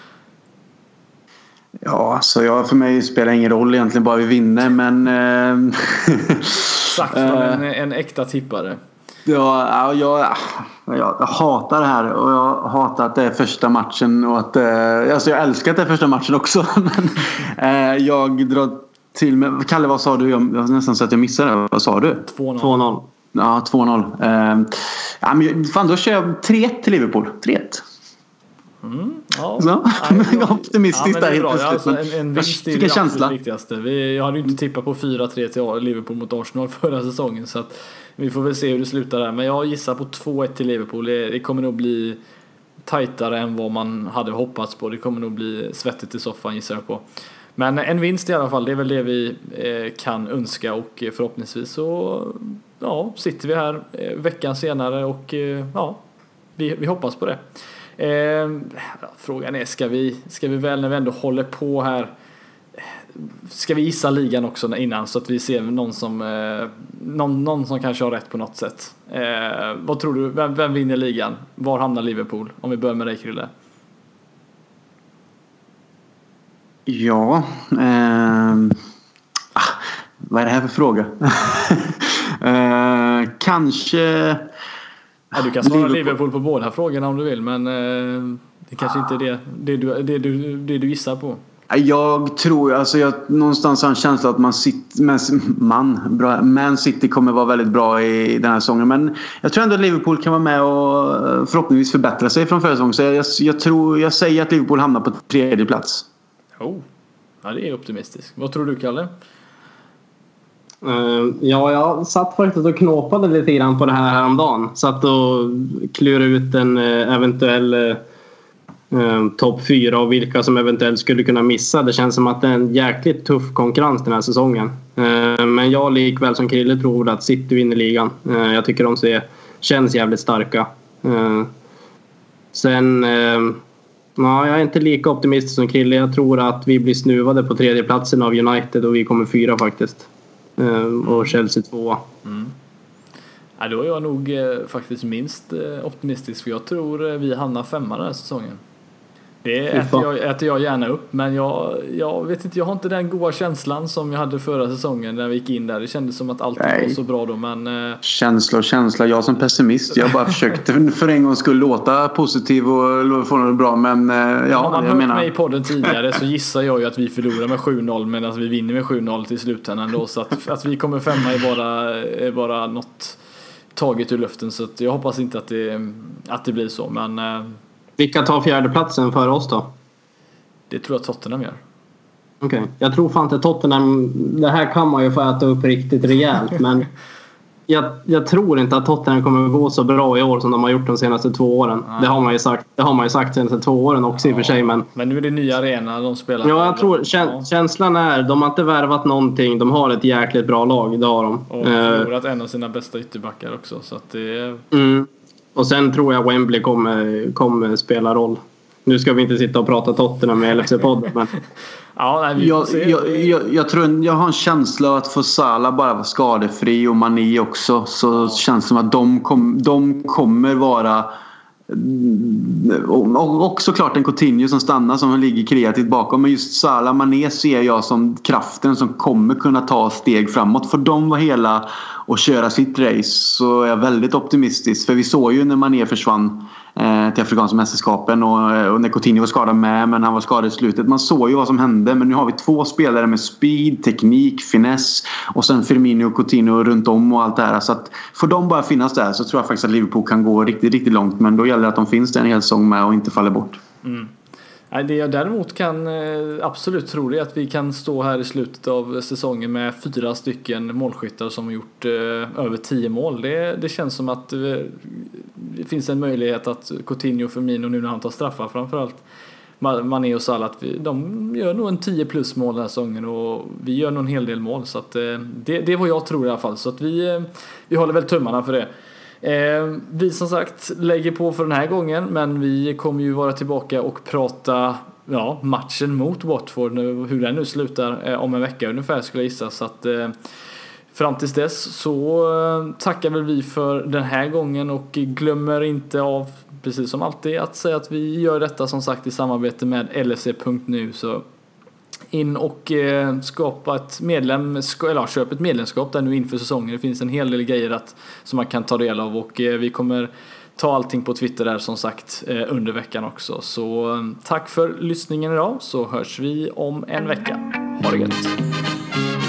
Ja, så för mig spelar ingen roll egentligen, bara vi vinner, men sagt från en äkta tippare. Ja, jag hatar det här, och jag hatar att det är första matchen, och att alltså jag älskar att det är första matchen också, men jag drar till med. Kalle, vad sa du? Jag nästan så att jag missade det. Vad sa du? 2-0. Ja, 2-0. Ja, men fan, då kör jag 3-1 till Liverpool. 3-1. Ja, optimistiskt där. Alltså, en vinst är det absolut viktigaste. Jag hade ju inte tippat på 4-3 till Liverpool mot Arsenal förra säsongen, så att vi får väl se hur det slutar där. Men jag gissar på 2-1 till Liverpool. Det kommer nog bli tajtare än vad man hade hoppats på. Det kommer nog bli svettigt i soffan, gissar jag på. Men en vinst i alla fall, det är väl det vi kan önska, och förhoppningsvis så sitter vi här veckan senare och vi hoppas på det. Frågan är, ska vi väl, när vi ändå håller på här, ska vi gissa ligan också innan, så att vi ser någon som kanske har rätt på något sätt. Vad tror du, vem vinner ligan? Var hamnar Liverpool? Om vi börjar med dig, Krille. Ja, vad är det här för fråga? Kanske. Ja, du kan svara Liverpool på båda frågorna om du vill, men det kanske inte är det du gissar på. Jag tror, alltså jag någonstans har en känsla att Man City kommer vara väldigt bra i den här säsongen, men jag tror ändå att Liverpool kan vara med och förhoppningsvis förbättra sig från förra säsongen, så jag säger att Liverpool hamnar på 3:e plats. Ja, det är optimistiskt. Vad tror du, Kalle? Jag satt faktiskt och knåpade lite grann på det här häromdagen. Satt och klurade ut en eventuell topp 4 och vilka som eventuellt skulle kunna missa. Det känns som att det är en jäkligt tuff konkurrens den här säsongen. Men jag likväl som Krille tror att City vinner ligan. Jag tycker de känns jävligt starka. Sen jag är inte lika optimistisk som Krille. Jag tror att vi blir snuvade på 3:e platsen av United och vi kommer 4 faktiskt. Och Chelsea 2. Ja, då är jag nog faktiskt minst optimistisk, för jag tror vi hamnar 5 den här säsongen. Det äter jag gärna upp, men jag vet inte, jag har inte den goda känslan som jag hade förra säsongen när vi gick in där. Det kändes som att allt var så bra då, men känsla. Jag som pessimist, jag bara försökte för en gång skulle låta positiv och få något bra, men har man hört mig i podden tidigare så gissar jag ju att vi förlorar med 7-0 medan vi vinner med 7-0 till slutändan då, så att vi kommer 5 är bara något taget ur luften, så att jag hoppas inte att det blir så, men vilka tar 4:e platsen för oss då? Det tror jag Tottenham gör. Okej. Jag tror fan inte Tottenham. Det här kan man ju få äta upp riktigt rejält, men jag tror inte att Tottenham kommer gå så bra i år som de har gjort de senaste 2 åren. Det har man ju sagt. Det har man ju sagt de senaste 2 åren också i och för sig. Men nu är det nya arena de spelar. Ja, jag tror känslan är de har inte värvat någonting. De har ett jäkligt bra lag, det har de. Och förlorat en av sina bästa ytterbackar också. Så att det... Och sen tror jag Wembley kommer spela roll. Nu ska vi inte sitta och prata Tottenham med LFC-podden. Men... Jag har en känsla av att få Salah bara vara skadefri och Mané också, så känns det som att de kommer vara, och såklart en Coutinho som stannar, som ligger kreativt bakom, men just Salah, Mané ser jag som kraften som kommer kunna ta steg framåt. För de var hela och köra sitt race, så är jag väldigt optimistisk. För vi såg ju när Mané försvann till Afrikanska mästerskapen och när Coutinho var skadad med, men han var skadad i slutet. Man såg ju vad som hände, men nu har vi 2 spelare med speed, teknik, finess och sen Firmino och Coutinho runt om och allt det här. Så att får de bara finnas där, så tror jag faktiskt att Liverpool kan gå riktigt, riktigt långt. Men då gäller det att de finns där en hel säsong med och inte faller bort. Det jag däremot kan absolut tro är att vi kan stå här i slutet av säsongen med 4 stycken målskyttar som har gjort över 10 mål. Det känns som att det finns en möjlighet att Coutinho och Firmino, nu när han tar straffar framförallt, Mané och Salah, att de gör nog en 10 plus mål den här säsongen, och vi gör nog en hel del mål. Så att det är vad jag tror i alla fall. Så att vi håller väl tummarna för det. Vi som sagt lägger på för den här gången, men vi kommer ju vara tillbaka och prata matchen mot Watford, hur den nu slutar om en vecka ungefär, skulle jag gissa. Så att fram tills dess så tackar väl vi för den här gången, och glömmer inte av, precis som alltid, att säga att vi gör detta som sagt i samarbete med LFC.nu. Så in och skapa ett köp ett medlemskap där nu inför säsongen. Det finns en hel del grejer som man kan ta del av, och vi kommer ta allting på Twitter där som sagt under veckan också. Så tack för lyssningen idag, så hörs vi om en vecka. Ha det gött!